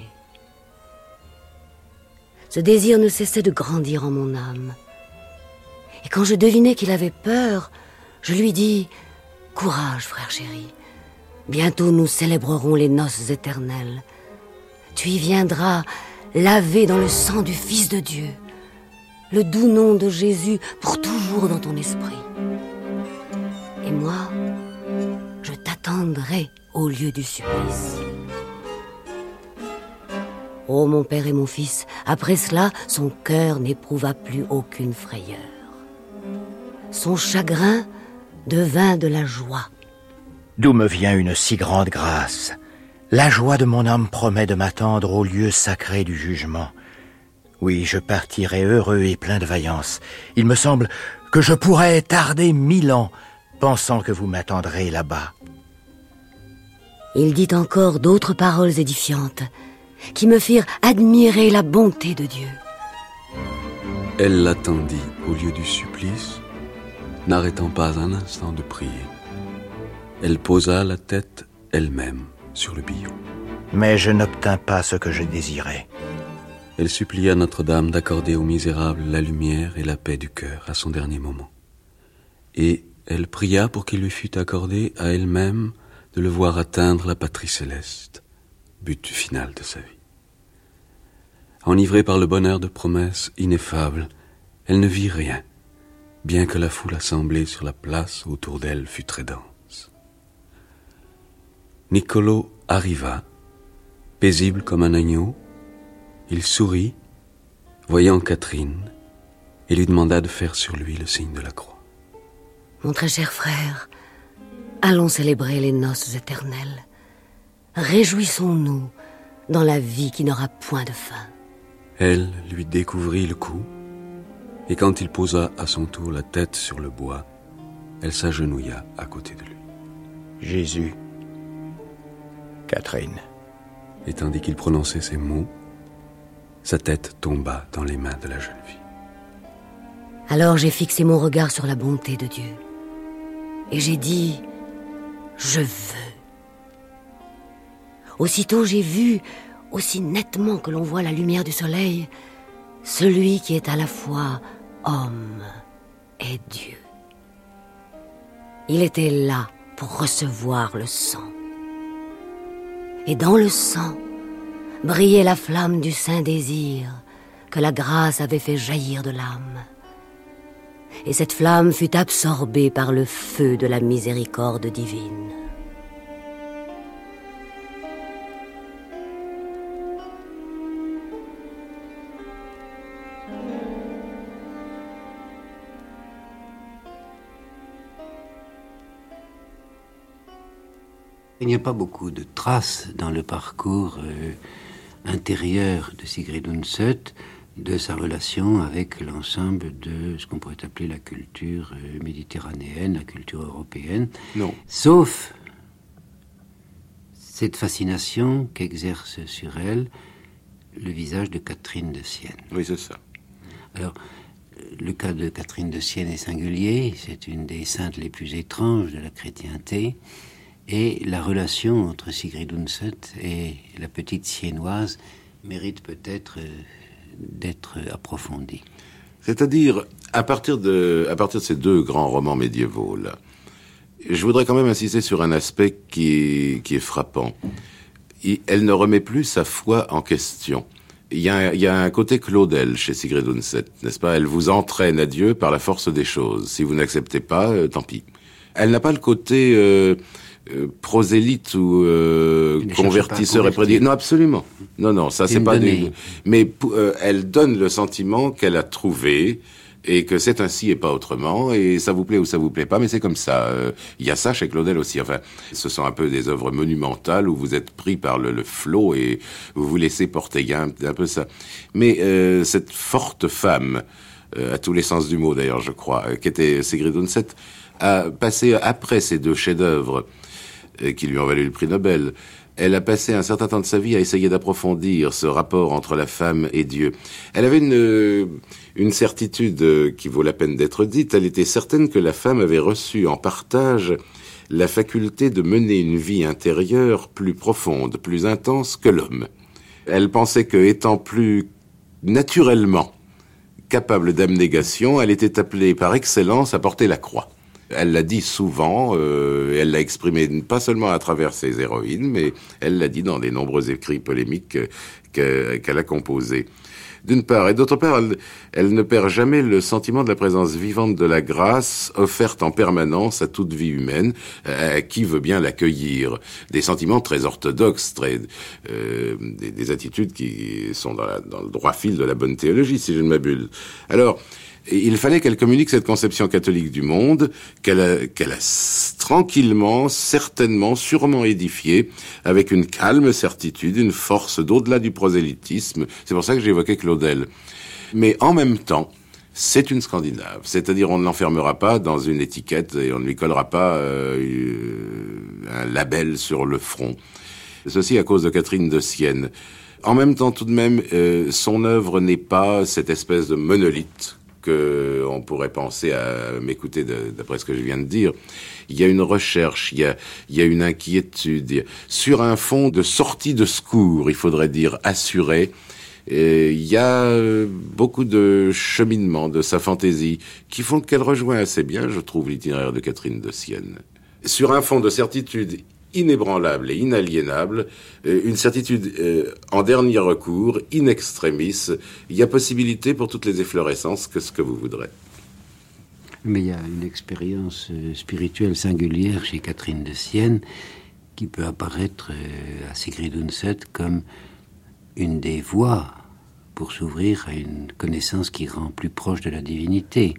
Ce désir ne cessait de grandir en mon âme. Et quand je devinais qu'il avait peur, je lui dis « Courage, frère chéri, bientôt nous célébrerons les noces éternelles. Tu y viendras lavé dans le sang du Fils de Dieu, le doux nom de Jésus pour toujours dans ton esprit. Et moi, je t'attendrai au lieu du supplice. » Oh mon père et mon fils, après cela, son cœur n'éprouva plus aucune frayeur. Son chagrin devint de la joie. D'où me vient une si grande grâce? La joie de mon âme promet de m'attendre au lieu sacré du jugement. Oui, je partirai heureux et plein de vaillance. Il me semble que je pourrais tarder mille ans, pensant que vous m'attendrez là-bas. Il dit encore d'autres paroles édifiantes, qui me firent admirer la bonté de Dieu. Elle l'attendit au lieu du supplice, n'arrêtant pas un instant de prier. Elle posa la tête elle-même sur le billot. Mais je n'obtins pas ce que je désirais. Elle supplia Notre-Dame d'accorder aux misérables la lumière et la paix du cœur à son dernier moment. Et elle pria pour qu'il lui fût accordé à elle-même de le voir atteindre la patrie céleste, but final de sa vie. Enivrée par le bonheur de promesses ineffables, elle ne vit rien, bien que la foule assemblée sur la place autour d'elle fût très dense. Niccolò arriva, paisible comme un agneau. Il sourit, voyant Catherine, et lui demanda de faire sur lui le signe de la croix. Mon très cher frère, allons célébrer les noces éternelles. Réjouissons-nous dans la vie qui n'aura point de fin. Elle lui découvrit le cou, et quand il posa à son tour la tête sur le bois, elle s'agenouilla à côté de lui. Jésus, Catherine. Et tandis qu'il prononçait ces mots, sa tête tomba dans les mains de la jeune fille. Alors j'ai fixé mon regard sur la bonté de Dieu, et j'ai dit « Je veux ». Aussitôt j'ai vu, aussi nettement que l'on voit la lumière du soleil, celui qui est à la fois homme et Dieu. Il était là pour recevoir le sang. Et dans le sang brillait la flamme du saint désir que la grâce avait fait jaillir de l'âme. Et cette flamme fut absorbée par le feu de la miséricorde divine. Il n'y a pas beaucoup de traces dans le parcours euh, intérieur de Sigrid Undset de sa relation avec l'ensemble de ce qu'on pourrait appeler la culture euh, méditerranéenne, la culture européenne. Non. Sauf cette fascination qu'exerce sur elle le visage de Catherine de Sienne. Oui, c'est ça. Alors, le cas de Catherine de Sienne est singulier. C'est une des saintes les plus étranges de la chrétienté. Et la relation entre Sigrid Undset et la petite Siennoise mérite peut-être euh, d'être approfondie. C'est-à-dire, à partir de, à partir de ces deux grands romans médiévaux, là, je voudrais quand même insister sur un aspect qui est, qui est frappant. Il, elle ne remet plus sa foi en question. Il y a, il y a un côté Claudel chez Sigrid Undset, n'est-ce pas? Elle vous entraîne à Dieu par la force des choses. Si vous n'acceptez pas, euh, tant pis. Elle n'a pas le côté euh, euh, prosélyte ou euh, convertisseur et prédicateur. Non, absolument. Non, non, ça c'est pas des... Mais euh, elle donne le sentiment qu'elle a trouvé et que c'est ainsi et pas autrement, et ça vous plaît ou ça vous plaît pas, mais c'est comme ça. Il euh, y a ça chez Claudel aussi. Enfin, ce sont un peu des œuvres monumentales où vous êtes pris par le, le flot et vous vous laissez porter. Il y a un, un peu ça. Mais euh, cette forte femme, euh, à tous les sens du mot d'ailleurs, je crois, euh, qui était Sigrid Undset, a passé après ces deux chefs-d'œuvre euh, qui lui ont valu le prix Nobel. Elle a passé un certain temps de sa vie à essayer d'approfondir ce rapport entre la femme et Dieu. Elle avait une, une certitude qui vaut la peine d'être dite. Elle était certaine que la femme avait reçu en partage la faculté de mener une vie intérieure plus profonde, plus intense que l'homme. Elle pensait que, étant plus naturellement capable d'abnégation, elle était appelée par excellence à porter la croix. Elle l'a dit souvent, euh, elle l'a exprimé pas seulement à travers ses héroïnes, mais elle l'a dit dans les nombreux écrits polémiques que, qu'elle a composés. D'une part, et d'autre part, elle, elle ne perd jamais le sentiment de la présence vivante de la grâce offerte en permanence à toute vie humaine, à qui veut bien l'accueillir. Des sentiments très orthodoxes, très, euh, des, des attitudes qui sont dans, la, dans le droit fil de la bonne théologie, si je ne m'abuse. Alors, il fallait qu'elle communique cette conception catholique du monde, qu'elle a, qu'elle a tranquillement, certainement, sûrement édifiée, avec une calme certitude, une force d'au-delà du prosélytisme. C'est pour ça que j'évoquais Claudel. Mais en même temps, c'est une Scandinave. C'est-à-dire, on ne l'enfermera pas dans une étiquette et on ne lui collera pas euh, un label sur le front. Ceci à cause de Catherine de Sienne. En même temps, tout de même, euh, son œuvre n'est pas cette espèce de monolithe que on pourrait penser à m'écouter de, d'après ce que je viens de dire. Il y a une recherche, il y a, il y a une inquiétude, il y a, sur un fond de sortie de secours, il faudrait dire assuré. Et il y a beaucoup de cheminements de sa fantaisie qui font qu'elle rejoint assez bien, je trouve, l'itinéraire de Catherine de Sienne. Sur un fond de certitude inébranlable et inaliénable, une certitude euh, en dernier recours, in extremis, il y a possibilité pour toutes les efflorescences que ce que vous voudrez. Mais il y a une expérience euh, spirituelle singulière chez Catherine de Sienne qui peut apparaître euh, à Sigrid Undset comme une des voies pour s'ouvrir à une connaissance qui rend plus proche de la divinité.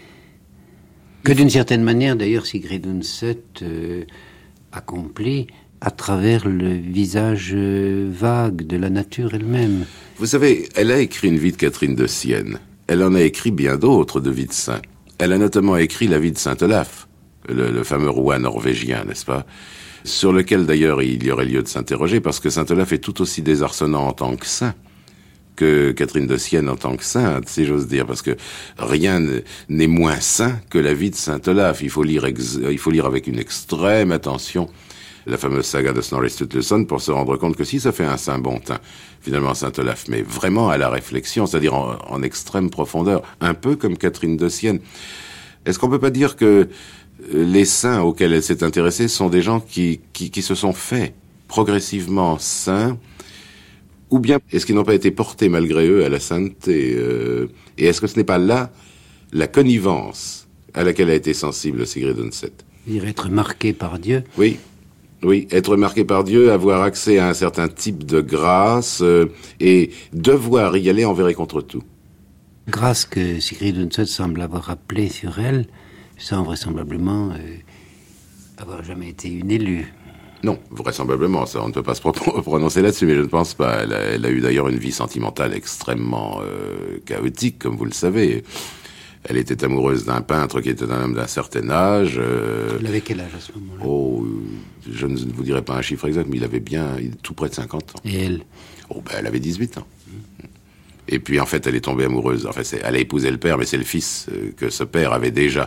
Que d'une certaine manière, d'ailleurs, Sigrid Undset euh, accompli à travers le visage vague de la nature elle-même. Vous savez, elle a écrit une vie de Catherine de Sienne. Elle en a écrit bien d'autres de vie de saints. Elle a notamment écrit la vie de saint Olaf, le, le fameux roi norvégien, n'est-ce pas? Sur lequel d'ailleurs il y aurait lieu de s'interroger, parce que saint Olaf est tout aussi désarçonnant en tant que saint que Catherine de Sienne en tant que sainte, si j'ose dire, parce que rien n'est moins saint que la vie de saint Olaf. Il faut lire, ex- il faut lire avec une extrême attention la fameuse saga de Snorri Sturluson pour se rendre compte que si ça fait un saint bon teint, finalement saint Olaf, mais vraiment à la réflexion, c'est-à-dire en, en extrême profondeur, un peu comme Catherine de Sienne. Est-ce qu'on peut pas dire que les saints auxquels elle s'est intéressée sont des gens qui, qui, qui se sont faits progressivement saints, ou bien est-ce qu'ils n'ont pas été portés malgré eux à la sainteté euh, et est-ce que ce n'est pas là la connivence à laquelle a été sensible Sigrid Undset? Dire être marqué par Dieu. Oui, oui, être marqué par Dieu, avoir accès à un certain type de grâce euh, et devoir y aller envers et contre tout. Grâce que Sigrid Undset semble avoir appelée sur elle, sans vraisemblablement euh, avoir jamais été une élue. Non, vraisemblablement, ça, on ne peut pas se prononcer là-dessus, mais je ne pense pas. Elle a, elle a eu d'ailleurs une vie sentimentale extrêmement euh, chaotique, comme vous le savez. Elle était amoureuse d'un peintre qui était un homme d'un certain âge. Euh, Elle avait quel âge à ce moment-là? Oh, je ne vous dirai pas un chiffre exact, mais il avait bien il, tout près de cinquante ans. Et elle? Oh, ben, elle avait dix-huit ans. Mmh. Et puis, en fait, elle est tombée amoureuse. Enfin, c'est, elle a épousé le père, mais c'est le fils euh, que ce père avait déjà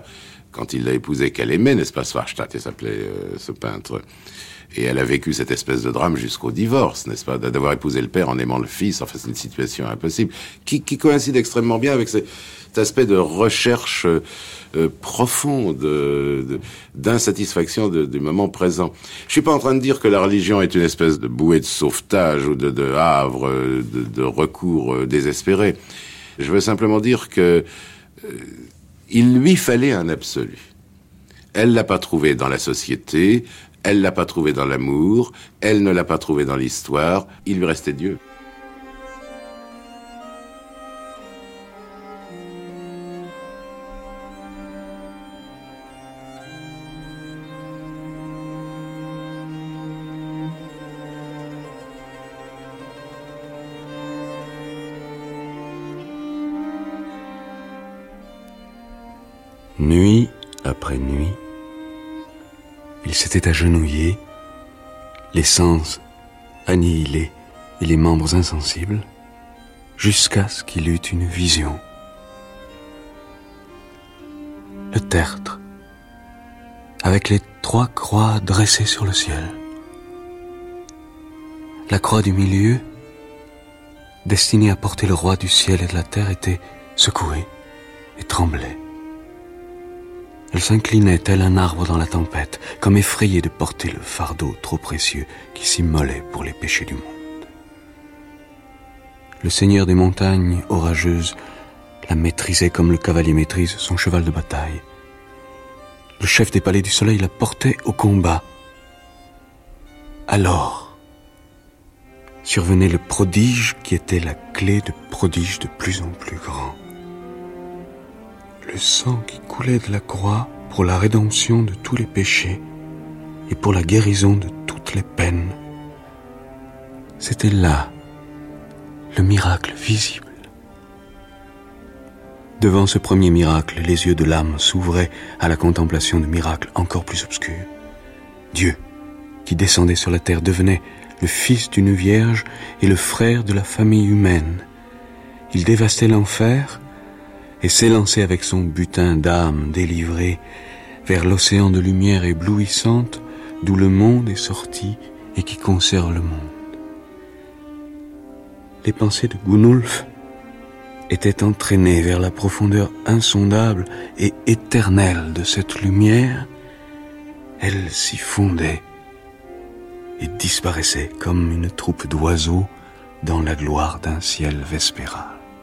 quand il l'a épousée, qu'elle aimait, n'est-ce pas, Swarstadt, il s'appelait euh, ce peintre. Et elle a vécu cette espèce de drame jusqu'au divorce, n'est-ce pas, d'avoir épousé le père en aimant le fils. Enfin, c'est une situation impossible, qui, qui coïncide extrêmement bien avec ces, cet aspect de recherche euh, profonde, de, d'insatisfaction de, du moment présent. Je suis pas en train de dire que la religion est une espèce de bouée de sauvetage ou de, de havre, de, de recours désespéré. Je veux simplement dire que euh, il lui fallait un absolu. Elle l'a pas trouvé dans la société. Elle l'a pas trouvé dans l'amour, elle ne l'a pas trouvé dans l'histoire, il lui restait Dieu. Nuit après nuit, il s'était agenouillé, les sens annihilés et les membres insensibles, jusqu'à ce qu'il eût une vision. Le tertre, avec les trois croix dressées sur le ciel. La croix du milieu, destinée à porter le roi du ciel et de la terre, était secouée et tremblait. Elle s'inclinait tel un arbre dans la tempête, comme effrayée de porter le fardeau trop précieux qui s'immolait pour les péchés du monde. Le seigneur des montagnes orageuses la maîtrisait comme le cavalier maîtrise son cheval de bataille. Le chef des palais du soleil la portait au combat. Alors, survenait le prodige qui était la clé de prodiges de plus en plus grands. Le sang qui coulait de la croix pour la rédemption de tous les péchés et pour la guérison de toutes les peines. C'était là le miracle visible. Devant ce premier miracle, les yeux de l'âme s'ouvraient à la contemplation de miracles encore plus obscurs. Dieu, qui descendait sur la terre, devenait le fils d'une vierge et le frère de la famille humaine. Il dévastait l'enfer et s'élançait avec son butin d'âme délivrée vers l'océan de lumière éblouissante d'où le monde est sorti et qui conserve le monde. Les pensées de Gunulf étaient entraînées vers la profondeur insondable et éternelle de cette lumière. Elle s'y fondait et disparaissait comme une troupe d'oiseaux dans la gloire d'un ciel vespéral.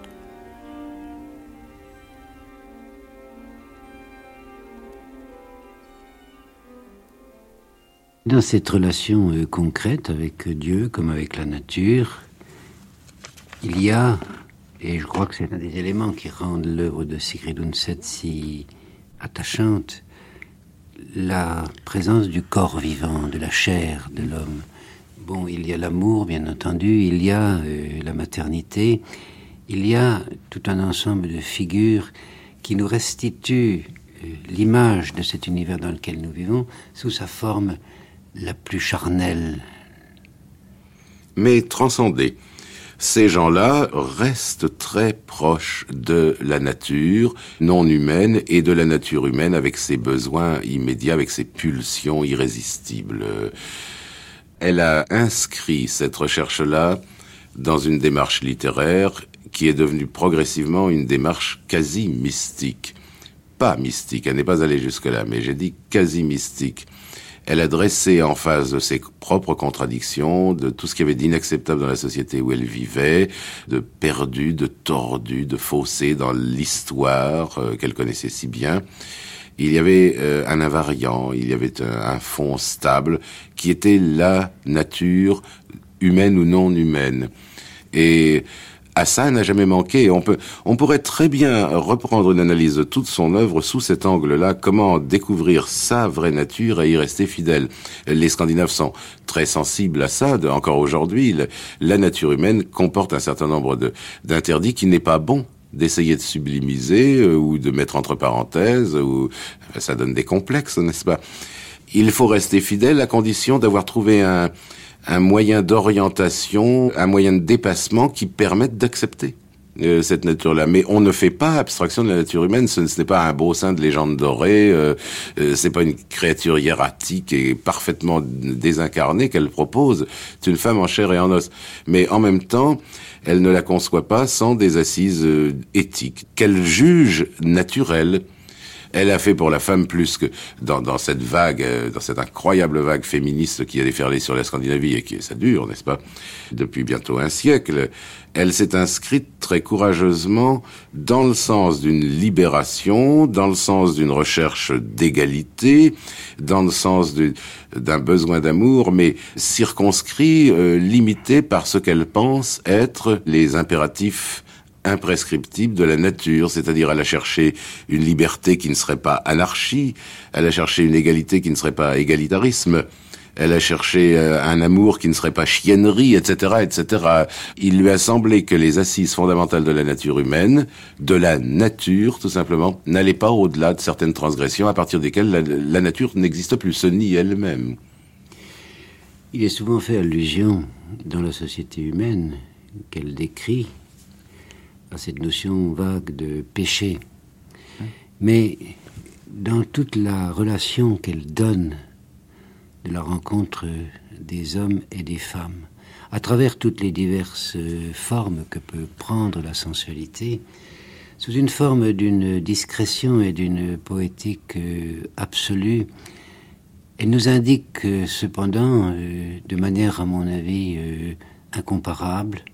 Dans cette relation euh, concrète avec Dieu comme avec la nature, il y a, et je crois que c'est un des éléments qui rendent l'œuvre de Sigrid Undset si attachante, la présence du corps vivant, de la chair de l'homme. Bon, il y a l'amour, bien entendu, il y a euh, la maternité, il y a tout un ensemble de figures qui nous restituent euh, l'image de cet univers dans lequel nous vivons sous sa forme la plus charnelle. Mais transcendés. Ces gens-là restent très proches de la nature non humaine et de la nature humaine avec ses besoins immédiats, avec ses pulsions irrésistibles. Elle a inscrit cette recherche-là dans une démarche littéraire qui est devenue progressivement une démarche quasi mystique. Pas mystique, elle n'est pas allée jusque-là, mais j'ai dit quasi mystique. Elle a dressé en face de ses propres contradictions, de tout ce qu'il y avait d'inacceptable dans la société où elle vivait, de perdu, de tordu, de faussé dans l'histoire euh, qu'elle connaissait si bien. Il y avait euh, un invariant, il y avait un, un fond stable qui était la nature humaine ou non humaine. Et à ça, elle n'a jamais manqué. On peut, on pourrait très bien reprendre une analyse de toute son œuvre sous cet angle-là. Comment découvrir sa vraie nature et y rester fidèle. Les Scandinaves sont très sensibles à ça. De, encore aujourd'hui, le, la nature humaine comporte un certain nombre de, d'interdits qui n'est pas bon d'essayer de sublimiser euh, ou de mettre entre parenthèses. Ou ça donne des complexes, n'est-ce pas? Il faut rester fidèle à condition d'avoir trouvé un un moyen d'orientation, un moyen de dépassement qui permette d'accepter. euh, cette nature-là. Mais on ne fait pas abstraction de la nature humaine. Ce, ce n'est pas un beau saint de légende dorée. Euh, euh, c'est pas une créature hiératique et parfaitement désincarnée qu'elle propose. C'est une femme en chair et en os. Mais en même temps, elle ne la conçoit pas sans des assises euh, éthiques qu'elle juge naturelles. Elle a fait pour la femme plus que dans, dans cette vague, euh, dans cette incroyable vague féministe qui a déferlé sur la Scandinavie et qui ça dure, n'est-ce pas, depuis bientôt un siècle. Elle s'est inscrite très courageusement dans le sens d'une libération, dans le sens d'une recherche d'égalité, dans le sens du, d'un besoin d'amour, mais circonscrit, euh, limité par ce qu'elle pense être les impératifs imprescriptible de la nature, c'est-à-dire elle a cherché une liberté qui ne serait pas anarchie, elle a cherché une égalité qui ne serait pas égalitarisme, elle a cherché un amour qui ne serait pas chiennerie, et cetera, et cetera. Il lui a semblé que les assises fondamentales de la nature humaine, de la nature tout simplement, n'allaient pas au-delà de certaines transgressions à partir desquelles la, la nature n'existe plus, se nie elle-même. Il est souvent fait allusion dans la société humaine qu'elle décrit à cette notion vague de péché. Mais dans toute la relation qu'elle donne de la rencontre des hommes et des femmes, à travers toutes les diverses formes que peut prendre la sensualité, sous une forme d'une discrétion et d'une poétique absolue, elle nous indique cependant, de manière à mon avis incomparable,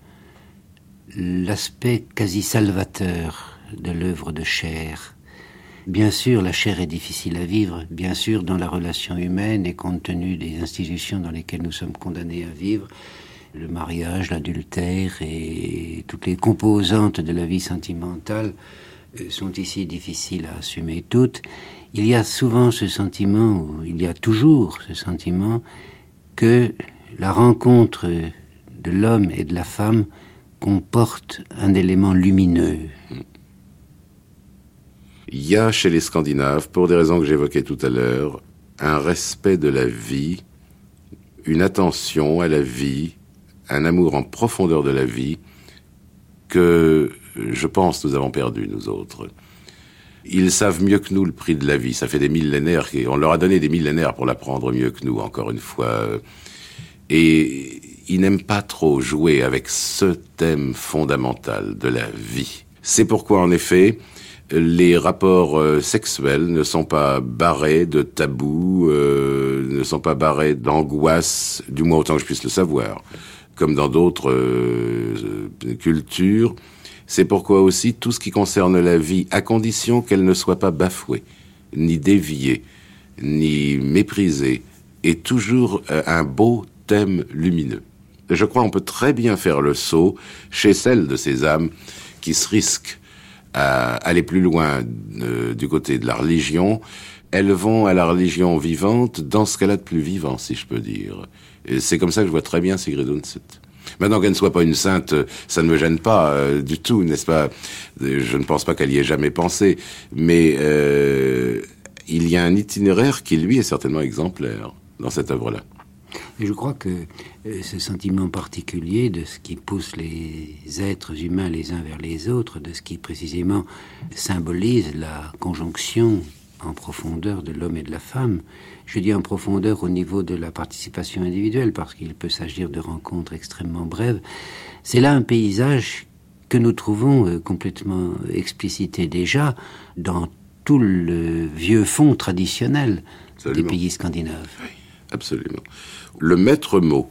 l'aspect quasi salvateur de l'œuvre de chair. Bien sûr, la chair est difficile à vivre, bien sûr, dans la relation humaine et compte tenu des institutions dans lesquelles nous sommes condamnés à vivre, le mariage, l'adultère et toutes les composantes de la vie sentimentale sont ici difficiles à assumer toutes. Il y a souvent ce sentiment, ou il y a toujours ce sentiment, que la rencontre de l'homme et de la femme comporte un élément lumineux. Il y a chez les Scandinaves, pour des raisons que j'évoquais tout à l'heure, un respect de la vie, une attention à la vie, un amour en profondeur de la vie que je pense nous avons perdu, nous autres. Ils savent mieux que nous le prix de la vie. Ça fait des millénaires, on leur a donné des millénaires pour l'apprendre mieux que nous, encore une fois. Et ils n'aiment pas trop jouer avec ce thème fondamental de la vie. C'est pourquoi, en effet, les rapports euh, sexuels ne sont pas barrés de tabous, euh, ne sont pas barrés d'angoisse, du moins autant que je puisse le savoir, comme dans d'autres euh, cultures. C'est pourquoi aussi tout ce qui concerne la vie, à condition qu'elle ne soit pas bafouée, ni déviée, ni méprisée, est toujours euh, un beau thème lumineux. Je crois qu'on peut très bien faire le saut chez celles de ces âmes qui se risquent à aller plus loin euh, du côté de la religion. Elles vont à la religion vivante dans ce qu'elle a de plus vivant, si je peux dire. Et c'est comme ça que je vois très bien Sigrid Undset. Maintenant qu'elle ne soit pas une sainte, ça ne me gêne pas euh, du tout, n'est-ce pas? Je ne pense pas qu'elle y ait jamais pensé, mais euh, il y a un itinéraire qui, lui, est certainement exemplaire dans cette œuvre-là. Et je crois que euh, ce sentiment particulier de ce qui pousse les êtres humains les uns vers les autres, de ce qui précisément symbolise la conjonction en profondeur de l'homme et de la femme, je dis en profondeur au niveau de la participation individuelle, parce qu'il peut s'agir de rencontres extrêmement brèves, c'est là un paysage que nous trouvons euh, complètement explicité déjà dans tout le vieux fond traditionnel Absolument. Des pays scandinaves. Oui, absolument. Le maître mot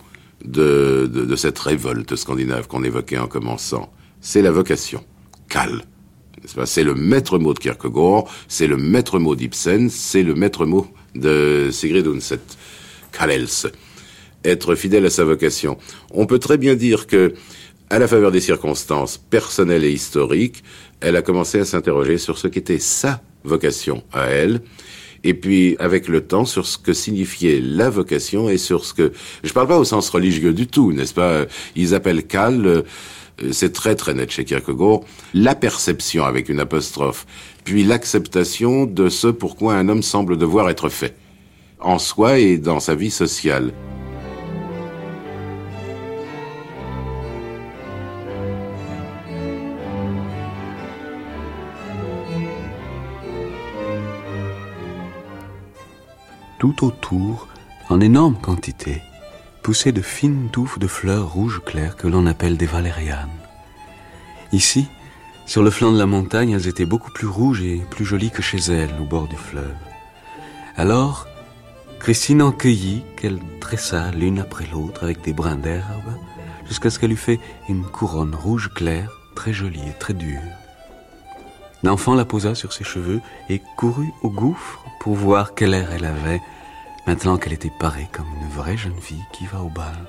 de, de, de cette révolte scandinave qu'on évoquait en commençant, c'est la vocation. Kall. C'est le maître mot de Kierkegaard, c'est le maître mot d'Ibsen, c'est le maître mot de Sigrid Undset. Kallelse. Être fidèle à sa vocation. On peut très bien dire que, à la faveur des circonstances personnelles et historiques, elle a commencé à s'interroger sur ce qu'était sa vocation à elle, et puis, avec le temps, sur ce que signifiait la vocation et sur ce que... Je parle pas au sens religieux du tout, n'est-ce pas? Ils appellent Kall, c'est très très net chez Kierkegaard, la perception avec une apostrophe, puis l'acceptation de ce pourquoi un homme semble devoir être fait, en soi et dans sa vie sociale. tout autour, en énorme quantité, poussaient de fines touffes de fleurs rouges claires que l'on appelle des valérianes. Ici, sur le flanc de la montagne, elles étaient beaucoup plus rouges et plus jolies que chez elle, au bord du fleuve. Alors, Christine en cueillit, qu'elle dressa l'une après l'autre avec des brins d'herbe, jusqu'à ce qu'elle eût fait une couronne rouge claire, très jolie et très dure. L'enfant la posa sur ses cheveux et courut au gouffre pour voir quel air elle avait, maintenant qu'elle était parée comme une vraie jeune fille qui va au bal.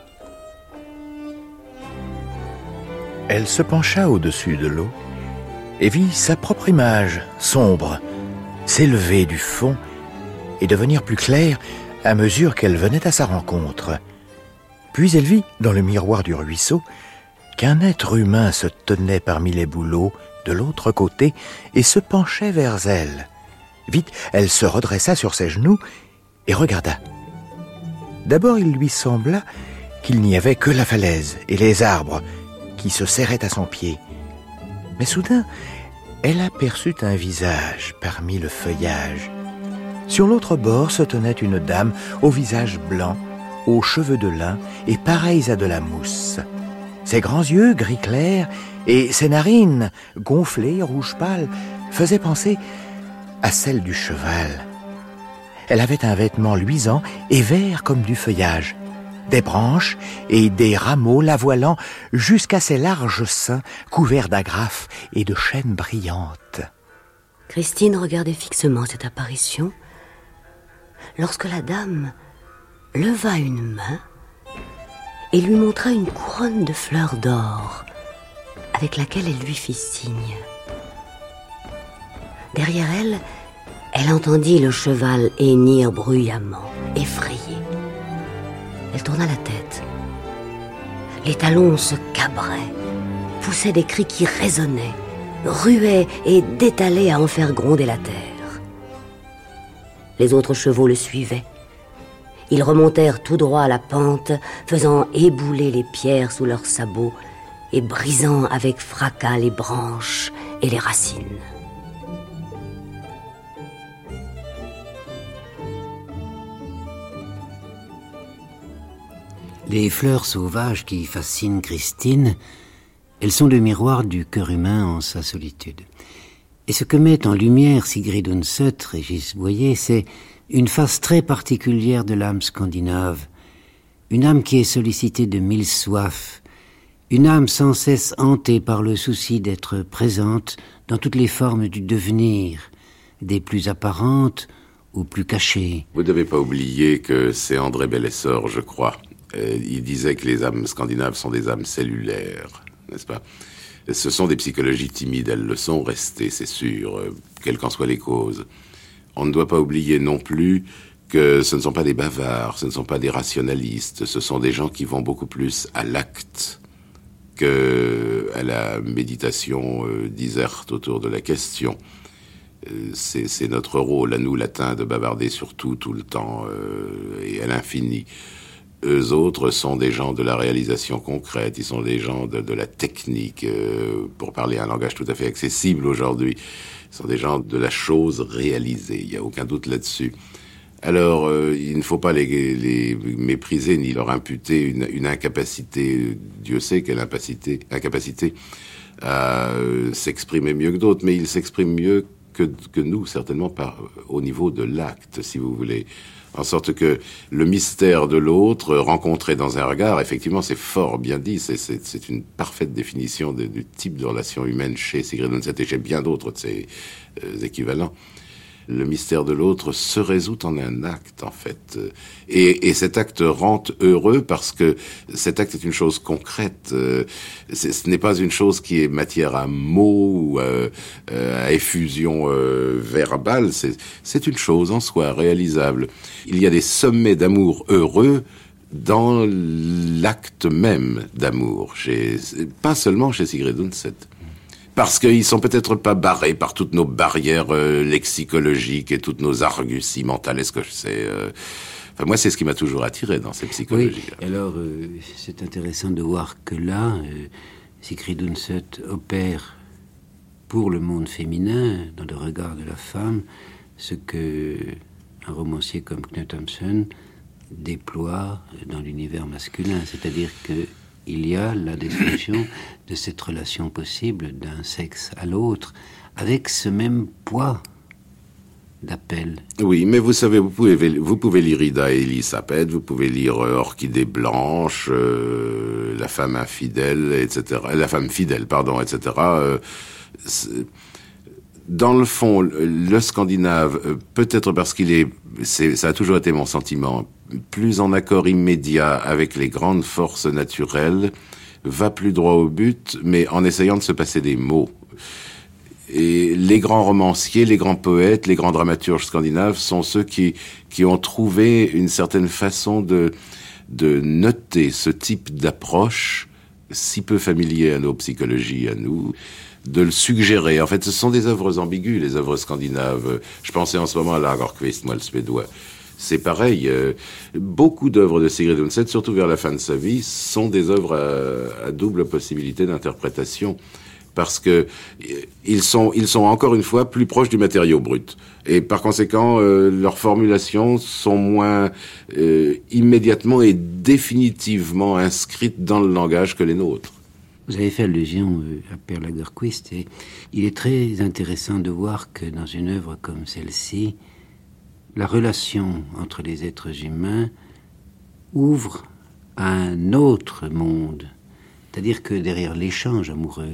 Elle se pencha au-dessus de l'eau et vit sa propre image, sombre, s'élever du fond et devenir plus claire à mesure qu'elle venait à sa rencontre. Puis elle vit, dans le miroir du ruisseau, qu'un être humain se tenait parmi les bouleaux de l'autre côté et se penchait vers elle. Vite, elle se redressa sur ses genoux et regarda. D'abord, il lui sembla qu'il n'y avait que la falaise et les arbres qui se serraient à son pied. Mais soudain, elle aperçut un visage parmi le feuillage. Sur l'autre bord se tenait une dame au visage blanc, aux cheveux de lin et pareils à de la mousse. Ses grands yeux gris clair et ses narines, gonflées, rouge pâle, faisaient penser à celles du cheval. Elle avait un vêtement luisant et vert comme du feuillage, des branches et des rameaux la voilant jusqu'à ses larges seins couverts d'agrafes et de chaînes brillantes. Christine regardait fixement cette apparition lorsque la dame leva une main et lui montra une couronne de fleurs d'or avec laquelle elle lui fit signe. Derrière elle, elle entendit le cheval hennir bruyamment, effrayé. Elle tourna la tête. Les talons se cabraient, poussaient des cris qui résonnaient, ruaient et détalaient à en faire gronder la terre. Les autres chevaux le suivaient. Ils remontèrent tout droit à la pente, faisant ébouler les pierres sous leurs sabots et brisant avec fracas les branches et les racines. Les fleurs sauvages qui fascinent Christine, elles sont le miroir du cœur humain en sa solitude. Et ce que met en lumière Sigrid Undset, Régis Boyer, c'est une face très particulière de l'âme scandinave, une âme qui est sollicitée de mille soifs, une âme sans cesse hantée par le souci d'être présente dans toutes les formes du devenir, des plus apparentes aux plus cachées. Vous ne devez pas oublier que c'est André Belessor, je crois. Euh, il disait que les âmes scandinaves sont des âmes cellulaires, n'est-ce pas ? Ce sont des psychologies timides, elles le sont restées, c'est sûr, euh, quelles qu'en soient les causes. On ne doit pas oublier non plus que ce ne sont pas des bavards, ce ne sont pas des rationalistes, ce sont des gens qui vont beaucoup plus à l'acte qu'à la méditation euh, diserte autour de la question. Euh, c'est, c'est notre rôle, à nous latins, de bavarder sur tout, tout le temps, euh, et à l'infini. Eux autres sont des gens de la réalisation concrète, ils sont des gens de, de la technique, euh, pour parler un langage tout à fait accessible aujourd'hui. Ils sont des gens de la chose réalisée, il n'y a aucun doute là-dessus. Alors, euh, il ne faut pas les, les mépriser ni leur imputer une, une incapacité, Dieu sait quelle incapacité, incapacité à euh, s'exprimer mieux que d'autres, mais ils s'expriment mieux que, que nous, certainement par, au niveau de l'acte, si vous voulez. En sorte que le mystère de l'autre, rencontré dans un regard, effectivement, c'est fort bien dit, c'est, c'est, c'est une parfaite définition de, du type de relation humaine chez Sigrid Undset et chez bien d'autres de ses euh, équivalents. Le mystère de l'autre se résout en un acte, en fait. Et, et cet acte rend heureux parce que cet acte est une chose concrète. C'est, ce n'est pas une chose qui est matière à mots ou à, à effusion euh, verbale. C'est, c'est une chose en soi, réalisable. Il y a des sommets d'amour heureux dans l'acte même d'amour, chez, pas seulement chez Sigrid Undset. Parce qu'ils sont peut-être pas barrés par toutes nos barrières euh, lexicologiques et toutes nos arguties mentales, est-ce que je sais euh... Enfin, moi, c'est ce qui m'a toujours attiré dans ces psychologies. Oui, alors, euh, c'est intéressant de voir que là, euh, Sigrid Undset opère pour le monde féminin, dans le regard de la femme, ce que un romancier comme Knut Hamsun déploie dans l'univers masculin. C'est-à-dire qu'il y a la description de cette relation possible d'un sexe à l'autre, avec ce même poids d'appel. Oui, mais vous savez, vous pouvez, vous pouvez lire Ida et Elisabeth, vous pouvez lire euh, Orchidée blanche, euh, la femme infidèle, et cetera. La femme fidèle, pardon, et cetera. Euh, dans le fond, le Scandinave, euh, peut-être parce qu'il est, c'est, ça a toujours été mon sentiment, plus en accord immédiat avec les grandes forces naturelles, va plus droit au but, mais en essayant de se passer des mots. Et les grands romanciers, les grands poètes, les grands dramaturges scandinaves sont ceux qui, qui ont trouvé une certaine façon de, de noter ce type d'approche si peu familier à nos psychologies, à nous, de le suggérer. En fait, ce sont des œuvres ambiguës, les œuvres scandinaves. Je pensais en ce moment à Lagerkvist, moi, le suédois. C'est pareil. Euh, beaucoup d'œuvres de Sigrid Undset, surtout vers la fin de sa vie, sont des œuvres à, à double possibilité d'interprétation. Parce que ils sont, ils sont encore une fois plus proches du matériau brut. Et par conséquent, euh, leurs formulations sont moins euh, immédiatement et définitivement inscrites dans le langage que les nôtres. Vous avez fait allusion à Per Lagerkvist, et il est très intéressant de voir que dans une œuvre comme celle-ci, la relation entre les êtres humains ouvre à un autre monde. C'est-à-dire que derrière l'échange amoureux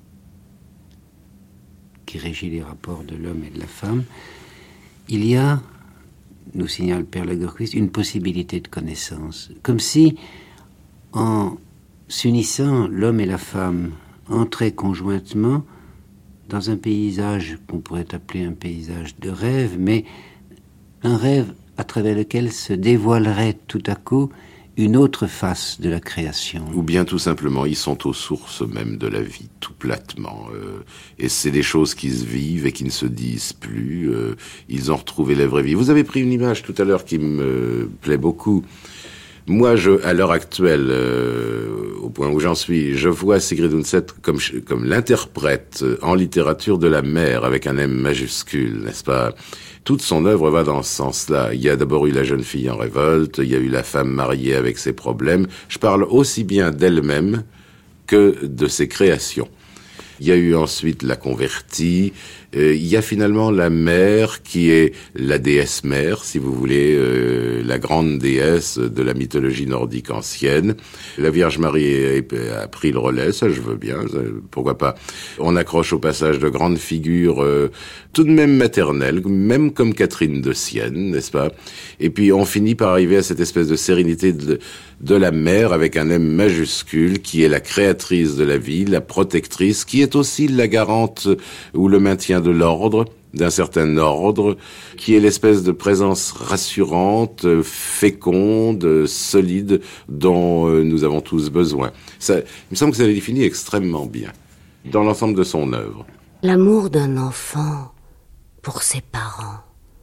qui régit les rapports de l'homme et de la femme, il y a, nous signale Per Lagerkvist, une possibilité de connaissance. Comme si, en s'unissant, l'homme et la femme entraient conjointement dans un paysage qu'on pourrait appeler un paysage de rêve, mais un rêve à travers lequel se dévoilerait tout à coup une autre face de la création. Ou bien tout simplement, ils sont aux sources même de la vie, tout platement. Euh, et c'est des choses qui se vivent et qui ne se disent plus. Euh, ils ont retrouvé la vraie vie. Vous avez pris une image tout à l'heure qui me plaît beaucoup. Moi, je, à l'heure actuelle, euh, au point où j'en suis, je vois Sigrid Undset comme, comme l'interprète en littérature de la mer, avec un M majuscule, n'est-ce pas ? Toute son œuvre va dans ce sens-là. Il y a d'abord eu la jeune fille en révolte, il y a eu la femme mariée avec ses problèmes. Je parle aussi bien d'elle-même que de ses créations. Il y a eu ensuite la convertie. Euh, il y a finalement la mère qui est la déesse mère, si vous voulez, euh, la grande déesse de la mythologie nordique ancienne. La Vierge Marie a pris le relais, ça je veux bien, ça, pourquoi pas. On accroche au passage de grandes figures euh, tout de même maternelles, même comme Catherine de Sienne, n'est-ce pas ? Et puis on finit par arriver à cette espèce de sérénité de, de la mère avec un M majuscule qui est la créatrice de la vie, la protectrice, qui est aussi la garante ou le maintien de l'ordre, d'un certain ordre, qui est l'espèce de présence rassurante, féconde, solide, dont nous avons tous besoin. Ça, il me semble que ça les définit extrêmement bien, dans l'ensemble de son œuvre. L'amour d'un enfant pour ses parents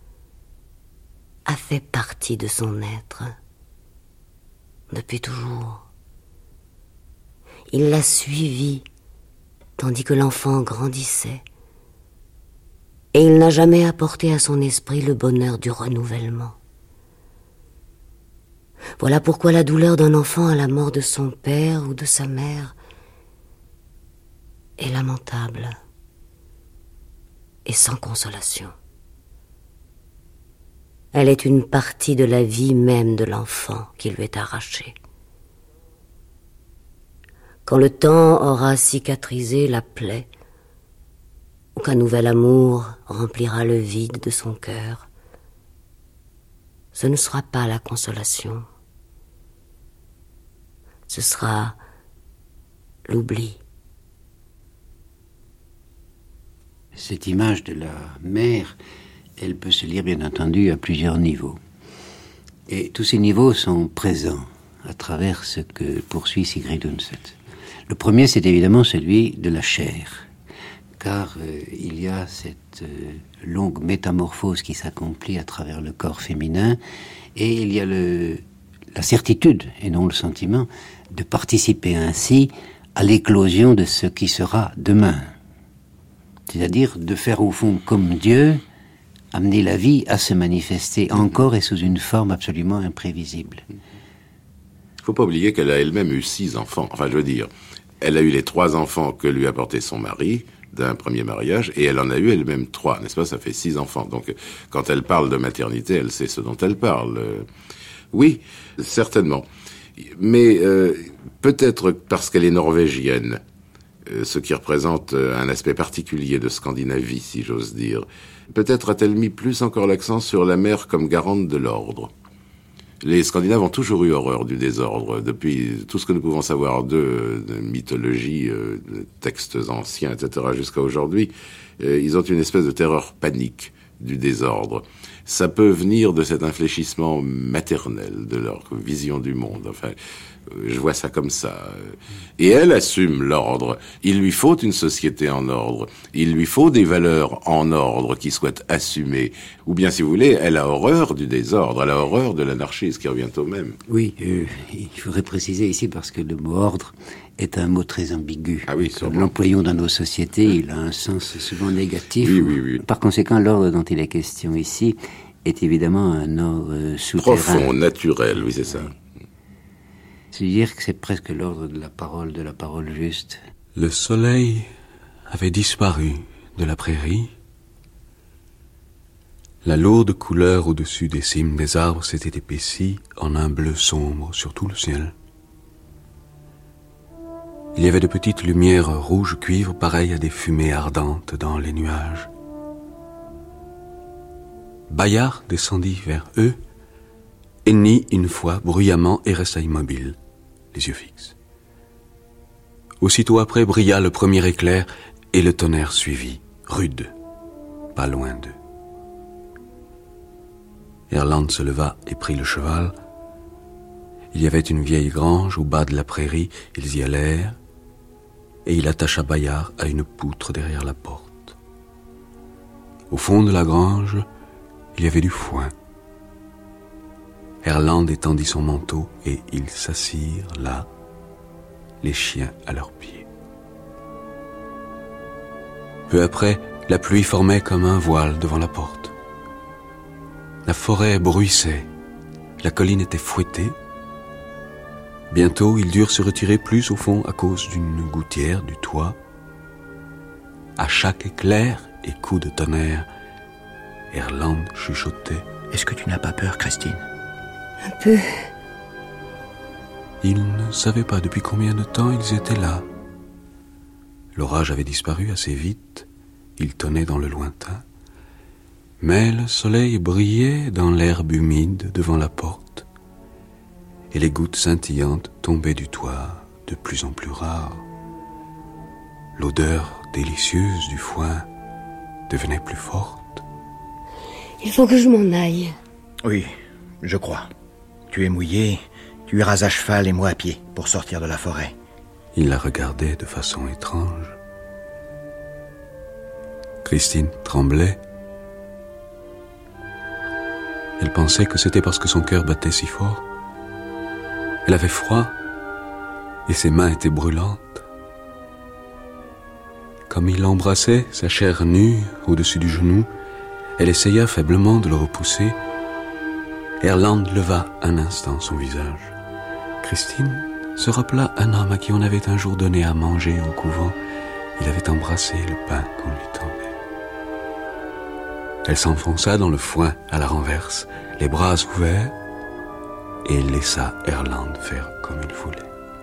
a fait partie de son être depuis toujours. Il l'a suivi tandis que l'enfant grandissait, et il n'a jamais apporté à son esprit le bonheur du renouvellement. Voilà pourquoi la douleur d'un enfant à la mort de son père ou de sa mère est lamentable et sans consolation. Elle est une partie de la vie même de l'enfant qui lui est arrachée. Quand le temps aura cicatrisé la plaie, ou qu'un nouvel amour remplira le vide de son cœur, ce ne sera pas la consolation, ce sera l'oubli. Cette image de la mère, elle peut se lire bien entendu à plusieurs niveaux. Et tous ces niveaux sont présents à travers ce que poursuit Sigrid Undset. Le premier, c'est évidemment celui de la chair, car euh, il y a cette euh, longue métamorphose qui s'accomplit à travers le corps féminin, et il y a le, la certitude, et non le sentiment, de participer ainsi à l'éclosion de ce qui sera demain. C'est-à-dire de faire au fond comme Dieu amené la vie à se manifester encore et sous une forme absolument imprévisible. Il ne faut pas oublier qu'elle a elle-même eu six enfants. Enfin, je veux dire, elle a eu les trois enfants que lui a portés son mari d'un premier mariage, et elle en a eu elle-même trois, n'est-ce pas? Ça fait six enfants. Donc, quand elle parle de maternité, elle sait ce dont elle parle. Oui, certainement. Mais euh, peut-être parce qu'elle est norvégienne, euh, ce qui représente un aspect particulier de Scandinavie, si j'ose dire. Peut-être a-t-elle mis plus encore l'accent sur la mère comme garante de l'ordre. Les Scandinaves ont toujours eu horreur du désordre, depuis tout ce que nous pouvons savoir d'eux, de mythologie, euh, de textes anciens, et cetera, jusqu'à aujourd'hui. Euh, ils ont une espèce de terreur panique du désordre. Ça peut venir de cet infléchissement maternel de leur vision du monde. Enfin, je vois ça comme ça. Et elle assume l'ordre. Il lui faut une société en ordre. Il lui faut des valeurs en ordre qui soient assumées. Ou bien, si vous voulez, elle a horreur du désordre, elle a horreur de l'anarchie, ce qui revient au même. Oui, euh, il faudrait préciser ici, parce que le mot ordre est un mot très ambigu. Ah oui, Nous l'employons dans nos sociétés, il a un sens souvent négatif. Oui, oui, oui. Par conséquent, l'ordre dont il est question ici est évidemment un ordre souterrain. Profond, naturel, oui, c'est ça. C'est-à-dire que c'est presque l'ordre de la parole, de la parole juste. Le soleil avait disparu de la prairie. La lourde couleur au-dessus des cimes des arbres s'était épaissie en un bleu sombre sur tout le ciel. Il y avait de petites lumières rouge cuivre pareilles à des fumées ardentes dans les nuages. Bayard descendit vers eux, hennit une fois bruyamment et resta immobile, les yeux fixes. Aussitôt après brilla le premier éclair et le tonnerre suivit, rude, pas loin d'eux. Erland se leva et prit le cheval. Il y avait une vieille grange au bas de la prairie, ils y allèrent, et il attacha Bayard à une poutre derrière la porte. Au fond de la grange, il y avait du foin. Erland étendit son manteau et ils s'assirent là, les chiens à leurs pieds. Peu après, la pluie formait comme un voile devant la porte. La forêt bruissait, la colline était fouettée. Bientôt, ils durent se retirer plus au fond à cause d'une gouttière du toit. À chaque éclair et coup de tonnerre, Erland chuchotait. « Est-ce que tu n'as pas peur, Christine ?» Un peu. Ils ne savaient pas depuis combien de temps ils étaient là. L'orage avait disparu assez vite, il tonnait dans le lointain. Mais le soleil brillait dans l'herbe humide devant la porte, et les gouttes scintillantes tombaient du toit de plus en plus rares. L'odeur délicieuse du foin devenait plus forte. Il faut que je m'en aille. Oui, je crois. Tu es mouillé, tu iras à cheval et moi à pied pour sortir de la forêt. Il la regardait de façon étrange. Christine tremblait. Elle pensait que c'était parce que son cœur battait si fort. Elle avait froid et ses mains étaient brûlantes. Comme il embrassait sa chair nue au-dessus du genou, elle essaya faiblement de le repousser. Erland leva un instant son visage. Christine se rappela un homme à qui on avait un jour donné à manger au couvent. Il avait embrassé le pain qu'on lui tendait. Elle s'enfonça dans le foin à la renverse, les bras ouverts, et laissa Erland faire comme il voulait.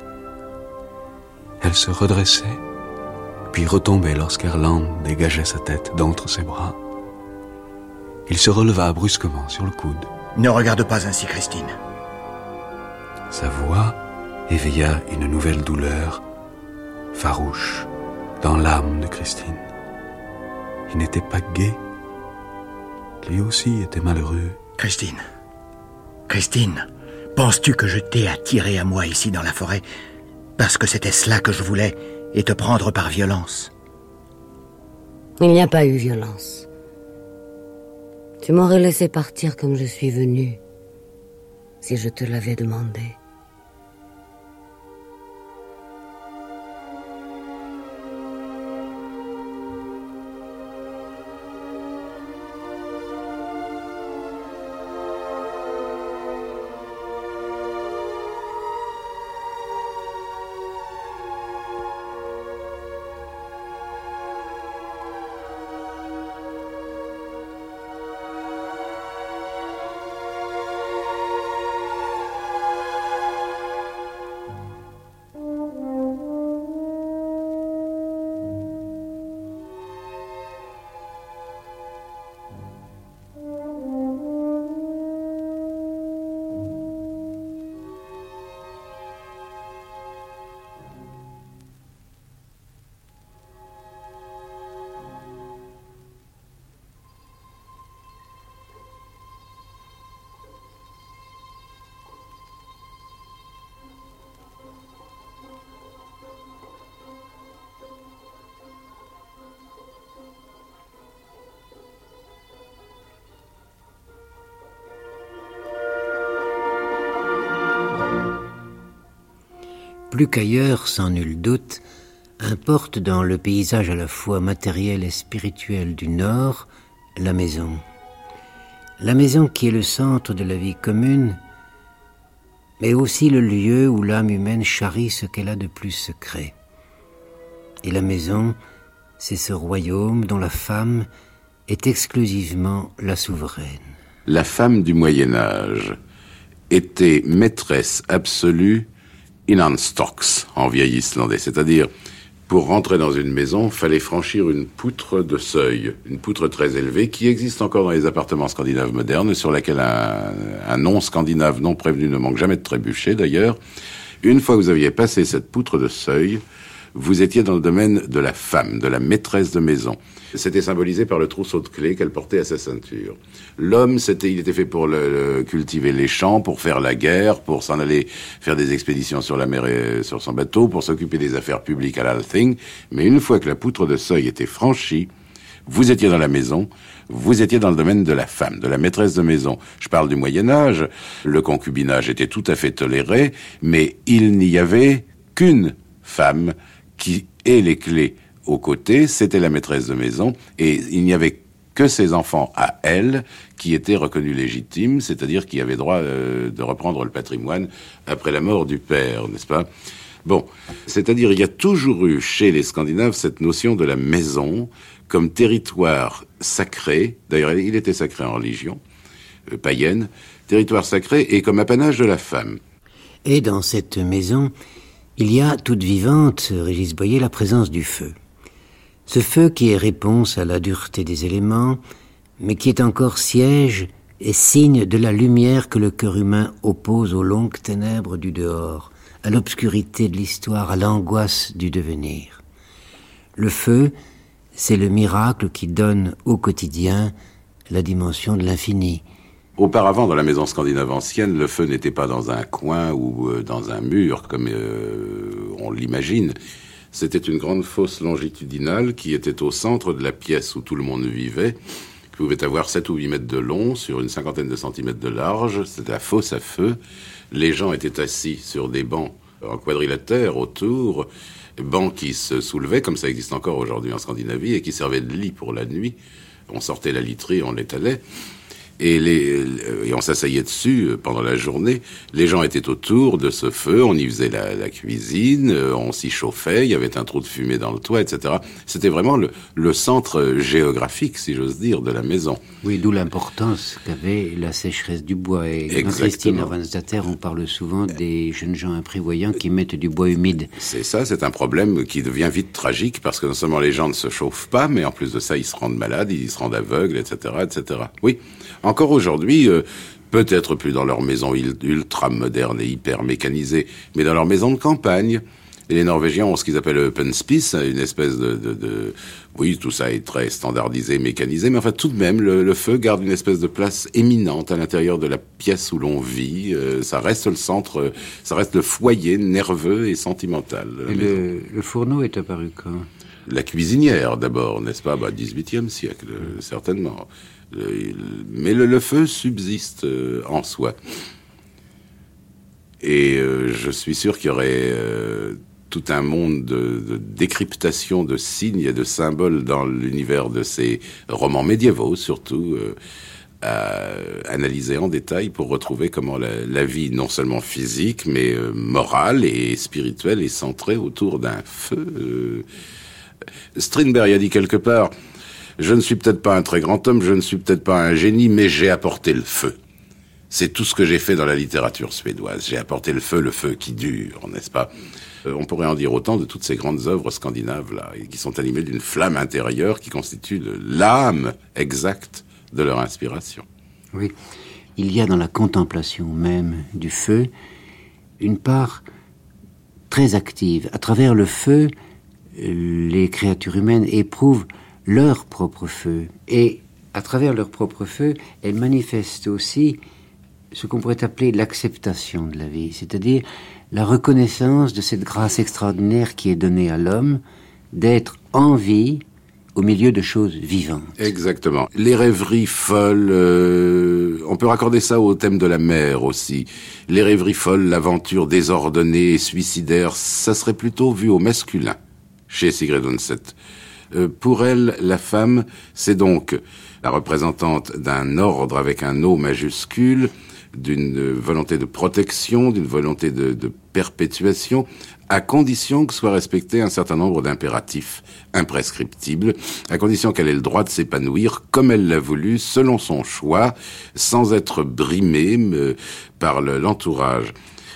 Elle se redressait, puis retombait lorsqu'Erland dégageait sa tête d'entre ses bras. Il se releva brusquement sur le coude. Ne regarde pas ainsi, Christine. Sa voix éveilla une nouvelle douleur, farouche, dans l'âme de Christine. Il n'était pas gai. Lui aussi était malheureux. Christine, Christine, penses-tu que je t'ai attiré à moi ici dans la forêt parce que c'était cela que je voulais et te prendre par violence? Il n'y a pas eu violence. Tu m'aurais laissé partir comme je suis venu, si je te l'avais demandé. plus qu'ailleurs, sans nul doute, importe dans le paysage à la fois matériel et spirituel du Nord, la maison. La maison qui est le centre de la vie commune, mais aussi le lieu où l'âme humaine charrie ce qu'elle a de plus secret. Et la maison, c'est ce royaume dont la femme est exclusivement la souveraine. La femme du Moyen-Âge était maîtresse absolue innanstocks en vieil islandais, c'est-à-dire pour rentrer dans une maison, fallait franchir une poutre de seuil, une poutre très élevée qui existe encore dans les appartements scandinaves modernes, sur laquelle un, un nom scandinave non prévenu ne manque jamais de trébucher d'ailleurs. Une fois que vous aviez passé cette poutre de seuil, vous étiez dans le domaine de la femme, de la maîtresse de maison. C'était symbolisé par le trousseau de clés qu'elle portait à sa ceinture. L'homme, c'était, il était fait pour le, le, cultiver les champs, pour faire la guerre, pour s'en aller faire des expéditions sur la mer et sur son bateau, pour s'occuper des affaires publiques à l'Althing. Mais une fois que la poutre de seuil était franchie, vous étiez dans la maison, vous étiez dans le domaine de la femme, de la maîtresse de maison. Je parle du Moyen-Âge, le concubinage était tout à fait toléré, mais il n'y avait qu'une femme qui ait les clés aux côtés, c'était la maîtresse de maison, et il n'y avait que ses enfants à elle qui étaient reconnus légitimes, c'est-à-dire qui avaient droit euh, de reprendre le patrimoine après la mort du père, n'est-ce pas ? Bon, c'est-à-dire il y a toujours eu chez les Scandinaves cette notion de la maison comme territoire sacré, d'ailleurs il était sacré en religion euh, païenne, territoire sacré et comme apanage de la femme. Et dans cette maison, il y a toute vivante, Régis Boyer, la présence du feu. Ce feu qui est réponse à la dureté des éléments, mais qui est encore siège et signe de la lumière que le cœur humain oppose aux longues ténèbres du dehors, à l'obscurité de l'histoire, à l'angoisse du devenir. Le feu, c'est le miracle qui donne au quotidien la dimension de l'infini. Auparavant, dans la maison scandinave ancienne, le feu n'était pas dans un coin ou euh, dans un mur, comme euh, on l'imagine. C'était une grande fosse longitudinale qui était au centre de la pièce où tout le monde vivait, qui pouvait avoir sept ou huit mètres de long sur une cinquantaine de centimètres de large. C'était la fosse à feu. Les gens étaient assis sur des bancs en quadrilatère autour, bancs qui se soulevaient, comme ça existe encore aujourd'hui en Scandinavie, et qui servaient de lit pour la nuit. On sortait la literie, on l'étalait. Et, les, et on s'asseyait dessus pendant la journée. Les gens étaient autour de ce feu, on y faisait la, la cuisine, on s'y chauffait, il y avait un trou de fumée dans le toit, et cetera. C'était vraiment le, le centre géographique, si j'ose dire, de la maison. Oui, d'où l'importance qu'avait la sécheresse du bois. Et dans Christine Lavransdatter, on parle souvent des jeunes gens imprévoyants qui mettent du bois humide. C'est ça, c'est un problème qui devient vite tragique, parce que non seulement les gens ne se chauffent pas, mais en plus de ça, ils se rendent malades, ils se rendent aveugles, et cetera, et cetera. Oui. Encore aujourd'hui, euh, peut-être plus dans leur maison ultra moderne et hyper mécanisée, mais dans leur maison de campagne. Et les Norvégiens ont ce qu'ils appellent open space, une espèce de, de, de... Oui, tout ça est très standardisé, mécanisé, mais enfin tout de même, le, le feu garde une espèce de place éminente à l'intérieur de la pièce où l'on vit. Euh, ça reste le centre, ça reste le foyer nerveux et sentimental. Et le, le fourneau est apparu quand ? La cuisinière, d'abord, n'est-ce pas ? Bah, dix-huitième siècle, euh, certainement. Le, mais le, le feu subsiste euh, en soi. Et euh, je suis sûr qu'il y aurait euh, tout un monde de, de décryptation de signes et de symboles dans l'univers de ces romans médiévaux, surtout, euh, à analyser en détail pour retrouver comment la, la vie, non seulement physique, mais euh, morale et spirituelle, est centrée autour d'un feu. Euh. Strindberg a dit quelque part... Je ne suis peut-être pas un très grand homme, je ne suis peut-être pas un génie, mais j'ai apporté le feu. C'est tout ce que j'ai fait dans la littérature suédoise. J'ai apporté le feu, le feu qui dure, n'est-ce pas ? euh, On pourrait en dire autant de toutes ces grandes œuvres scandinaves-là, qui sont animées d'une flamme intérieure qui constitue le, l'âme exacte de leur inspiration. Oui, il y a dans la contemplation même du feu une part très active. À travers le feu, les créatures humaines éprouvent leur propre feu. Et à travers leur propre feu, elles manifestent aussi ce qu'on pourrait appeler l'acceptation de la vie, c'est-à-dire la reconnaissance de cette grâce extraordinaire qui est donnée à l'homme d'être en vie au milieu de choses vivantes. Exactement. Les rêveries folles, euh, on peut raccorder ça au thème de la mer aussi. Les rêveries folles, l'aventure désordonnée et suicidaire, ça serait plutôt vu au masculin, chez Sigrid Undset. Euh, pour elle, la femme, c'est donc la représentante d'un ordre avec un O majuscule, d'une volonté de protection, d'une volonté de, de perpétuation, à condition que soient respectés un certain nombre d'impératifs imprescriptibles, à condition qu'elle ait le droit de s'épanouir comme elle l'a voulu, selon son choix, sans être brimée euh, par le, l'entourage.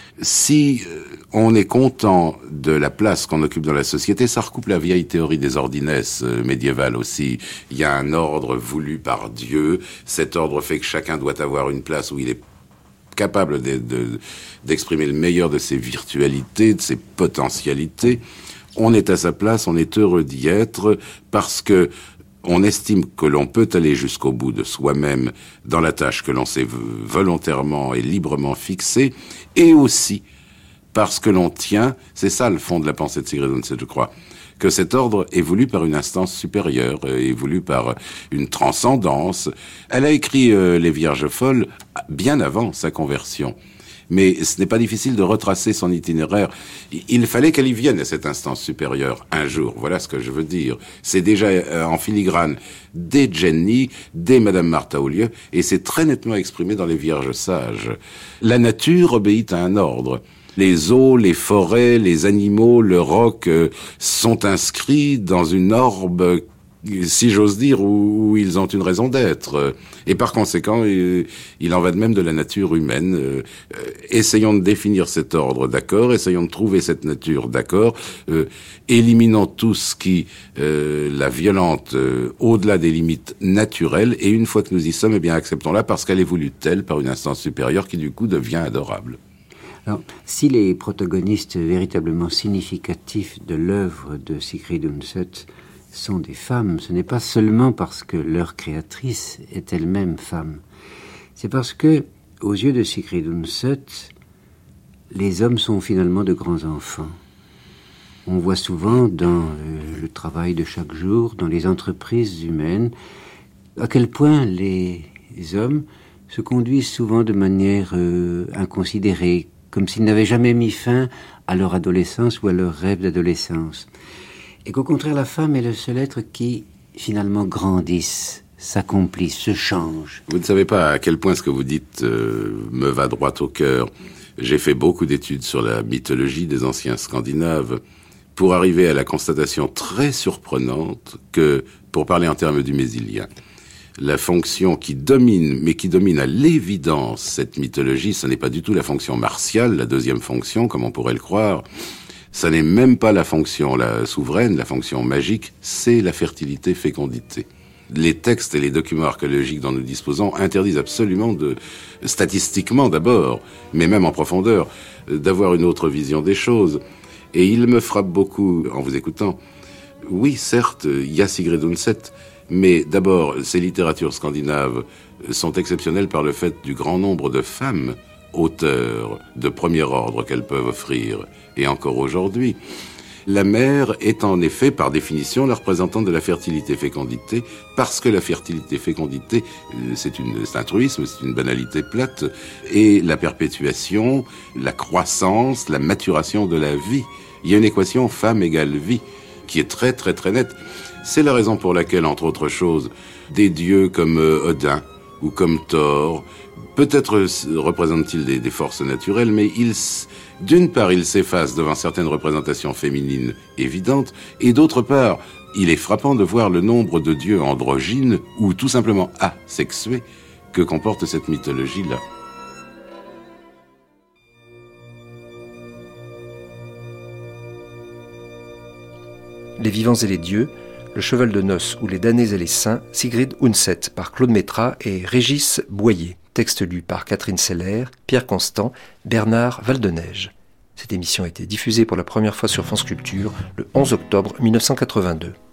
Si euh, on est content de la place qu'on occupe dans la société, ça recoupe la vieille théorie des ordinesses euh, médiévales aussi. Il y a un ordre voulu par Dieu, cet ordre fait que chacun doit avoir une place où il est capable de, de, d'exprimer le meilleur de ses virtualités, de ses potentialités. On est à sa place, on est heureux d'y être, parce que on estime que l'on peut aller jusqu'au bout de soi-même dans la tâche que l'on s'est volontairement et librement fixée, et aussi parce que l'on tient, c'est ça le fond de la pensée de Sigrid Undset, je crois, que cet ordre est voulu par une instance supérieure, est voulu par une transcendance. Elle a écrit euh, Les Vierges folles bien avant sa conversion. Mais ce n'est pas difficile de retracer son itinéraire. Il fallait qu'elle y vienne à cette instance supérieure un jour. Voilà ce que je veux dire. C'est déjà euh, en filigrane dès Jenny, dès Madame Martha Olieu, et c'est très nettement exprimé dans Les Vierges sages. La nature obéit à un ordre. Les eaux, les forêts, les animaux, le roc euh, sont inscrits dans une orbe, si j'ose dire, où, où ils ont une raison d'être. Et par conséquent, il, il en va de même de la nature humaine. Euh, essayons de définir cet ordre, d'accord, essayons de trouver cette nature, d'accord, euh, éliminons tout ce qui euh, la violente euh, au-delà des limites naturelles, et une fois que nous y sommes, eh bien acceptons-la parce qu'elle est voulue telle par une instance supérieure qui du coup devient adorable. Alors, si les protagonistes véritablement significatifs de l'œuvre de Sigrid Undset sont des femmes, ce n'est pas seulement parce que leur créatrice est elle-même femme. C'est parce que, aux yeux de Sigrid Undset, les hommes sont finalement de grands enfants. On voit souvent dans euh, le travail de chaque jour, dans les entreprises humaines, à quel point les hommes se conduisent souvent de manière euh, inconsidérée, comme s'ils n'avaient jamais mis fin à leur adolescence ou à leur rêve d'adolescence. Et qu'au contraire, la femme est le seul être qui, finalement, grandisse, s'accomplisse, se change. Vous ne savez pas à quel point ce que vous dites euh, me va droit au cœur. J'ai fait beaucoup d'études sur la mythologie des anciens Scandinaves pour arriver à la constatation très surprenante que, pour parler en termes du mésilien, la fonction qui domine, mais qui domine à l'évidence cette mythologie, ce n'est pas du tout la fonction martiale, la deuxième fonction, comme on pourrait le croire. Ça n'est même pas la fonction la souveraine, la fonction magique, c'est la fertilité-fécondité. Les textes et les documents archéologiques dont nous disposons interdisent absolument de, statistiquement d'abord, mais même en profondeur, d'avoir une autre vision des choses. Et il me frappe beaucoup, en vous écoutant, oui, certes, il y a Sigrid Undset, mais d'abord, ces littératures scandinaves sont exceptionnelles par le fait du grand nombre de femmes auteurs de premier ordre qu'elles peuvent offrir, et encore aujourd'hui. La mère est en effet, par définition, la représentante de la fertilité-fécondité, parce que la fertilité-fécondité, c'est, une, c'est un truisme, c'est une banalité plate, et la perpétuation, la croissance, la maturation de la vie. Il y a une équation femme égale vie, qui est très très très nette. C'est la raison pour laquelle, entre autres choses, des dieux comme Odin ou comme Thor, peut-être représentent-ils des, des forces naturelles, mais ils, d'une part, ils s'effacent devant certaines représentations féminines évidentes, et d'autre part, il est frappant de voir le nombre de dieux androgynes ou tout simplement asexués que comporte cette mythologie-là. Les vivants et les dieux, Le cheval de noces ou Les damnés et les saints, Sigrid Undset par Claude Métras et Régis Boyer. Texte lu par Catherine Seller, Pierre Constant, Bernard Valdeneige. Cette émission a été diffusée pour la première fois sur France Culture le onze octobre mille neuf cent quatre-vingt-deux.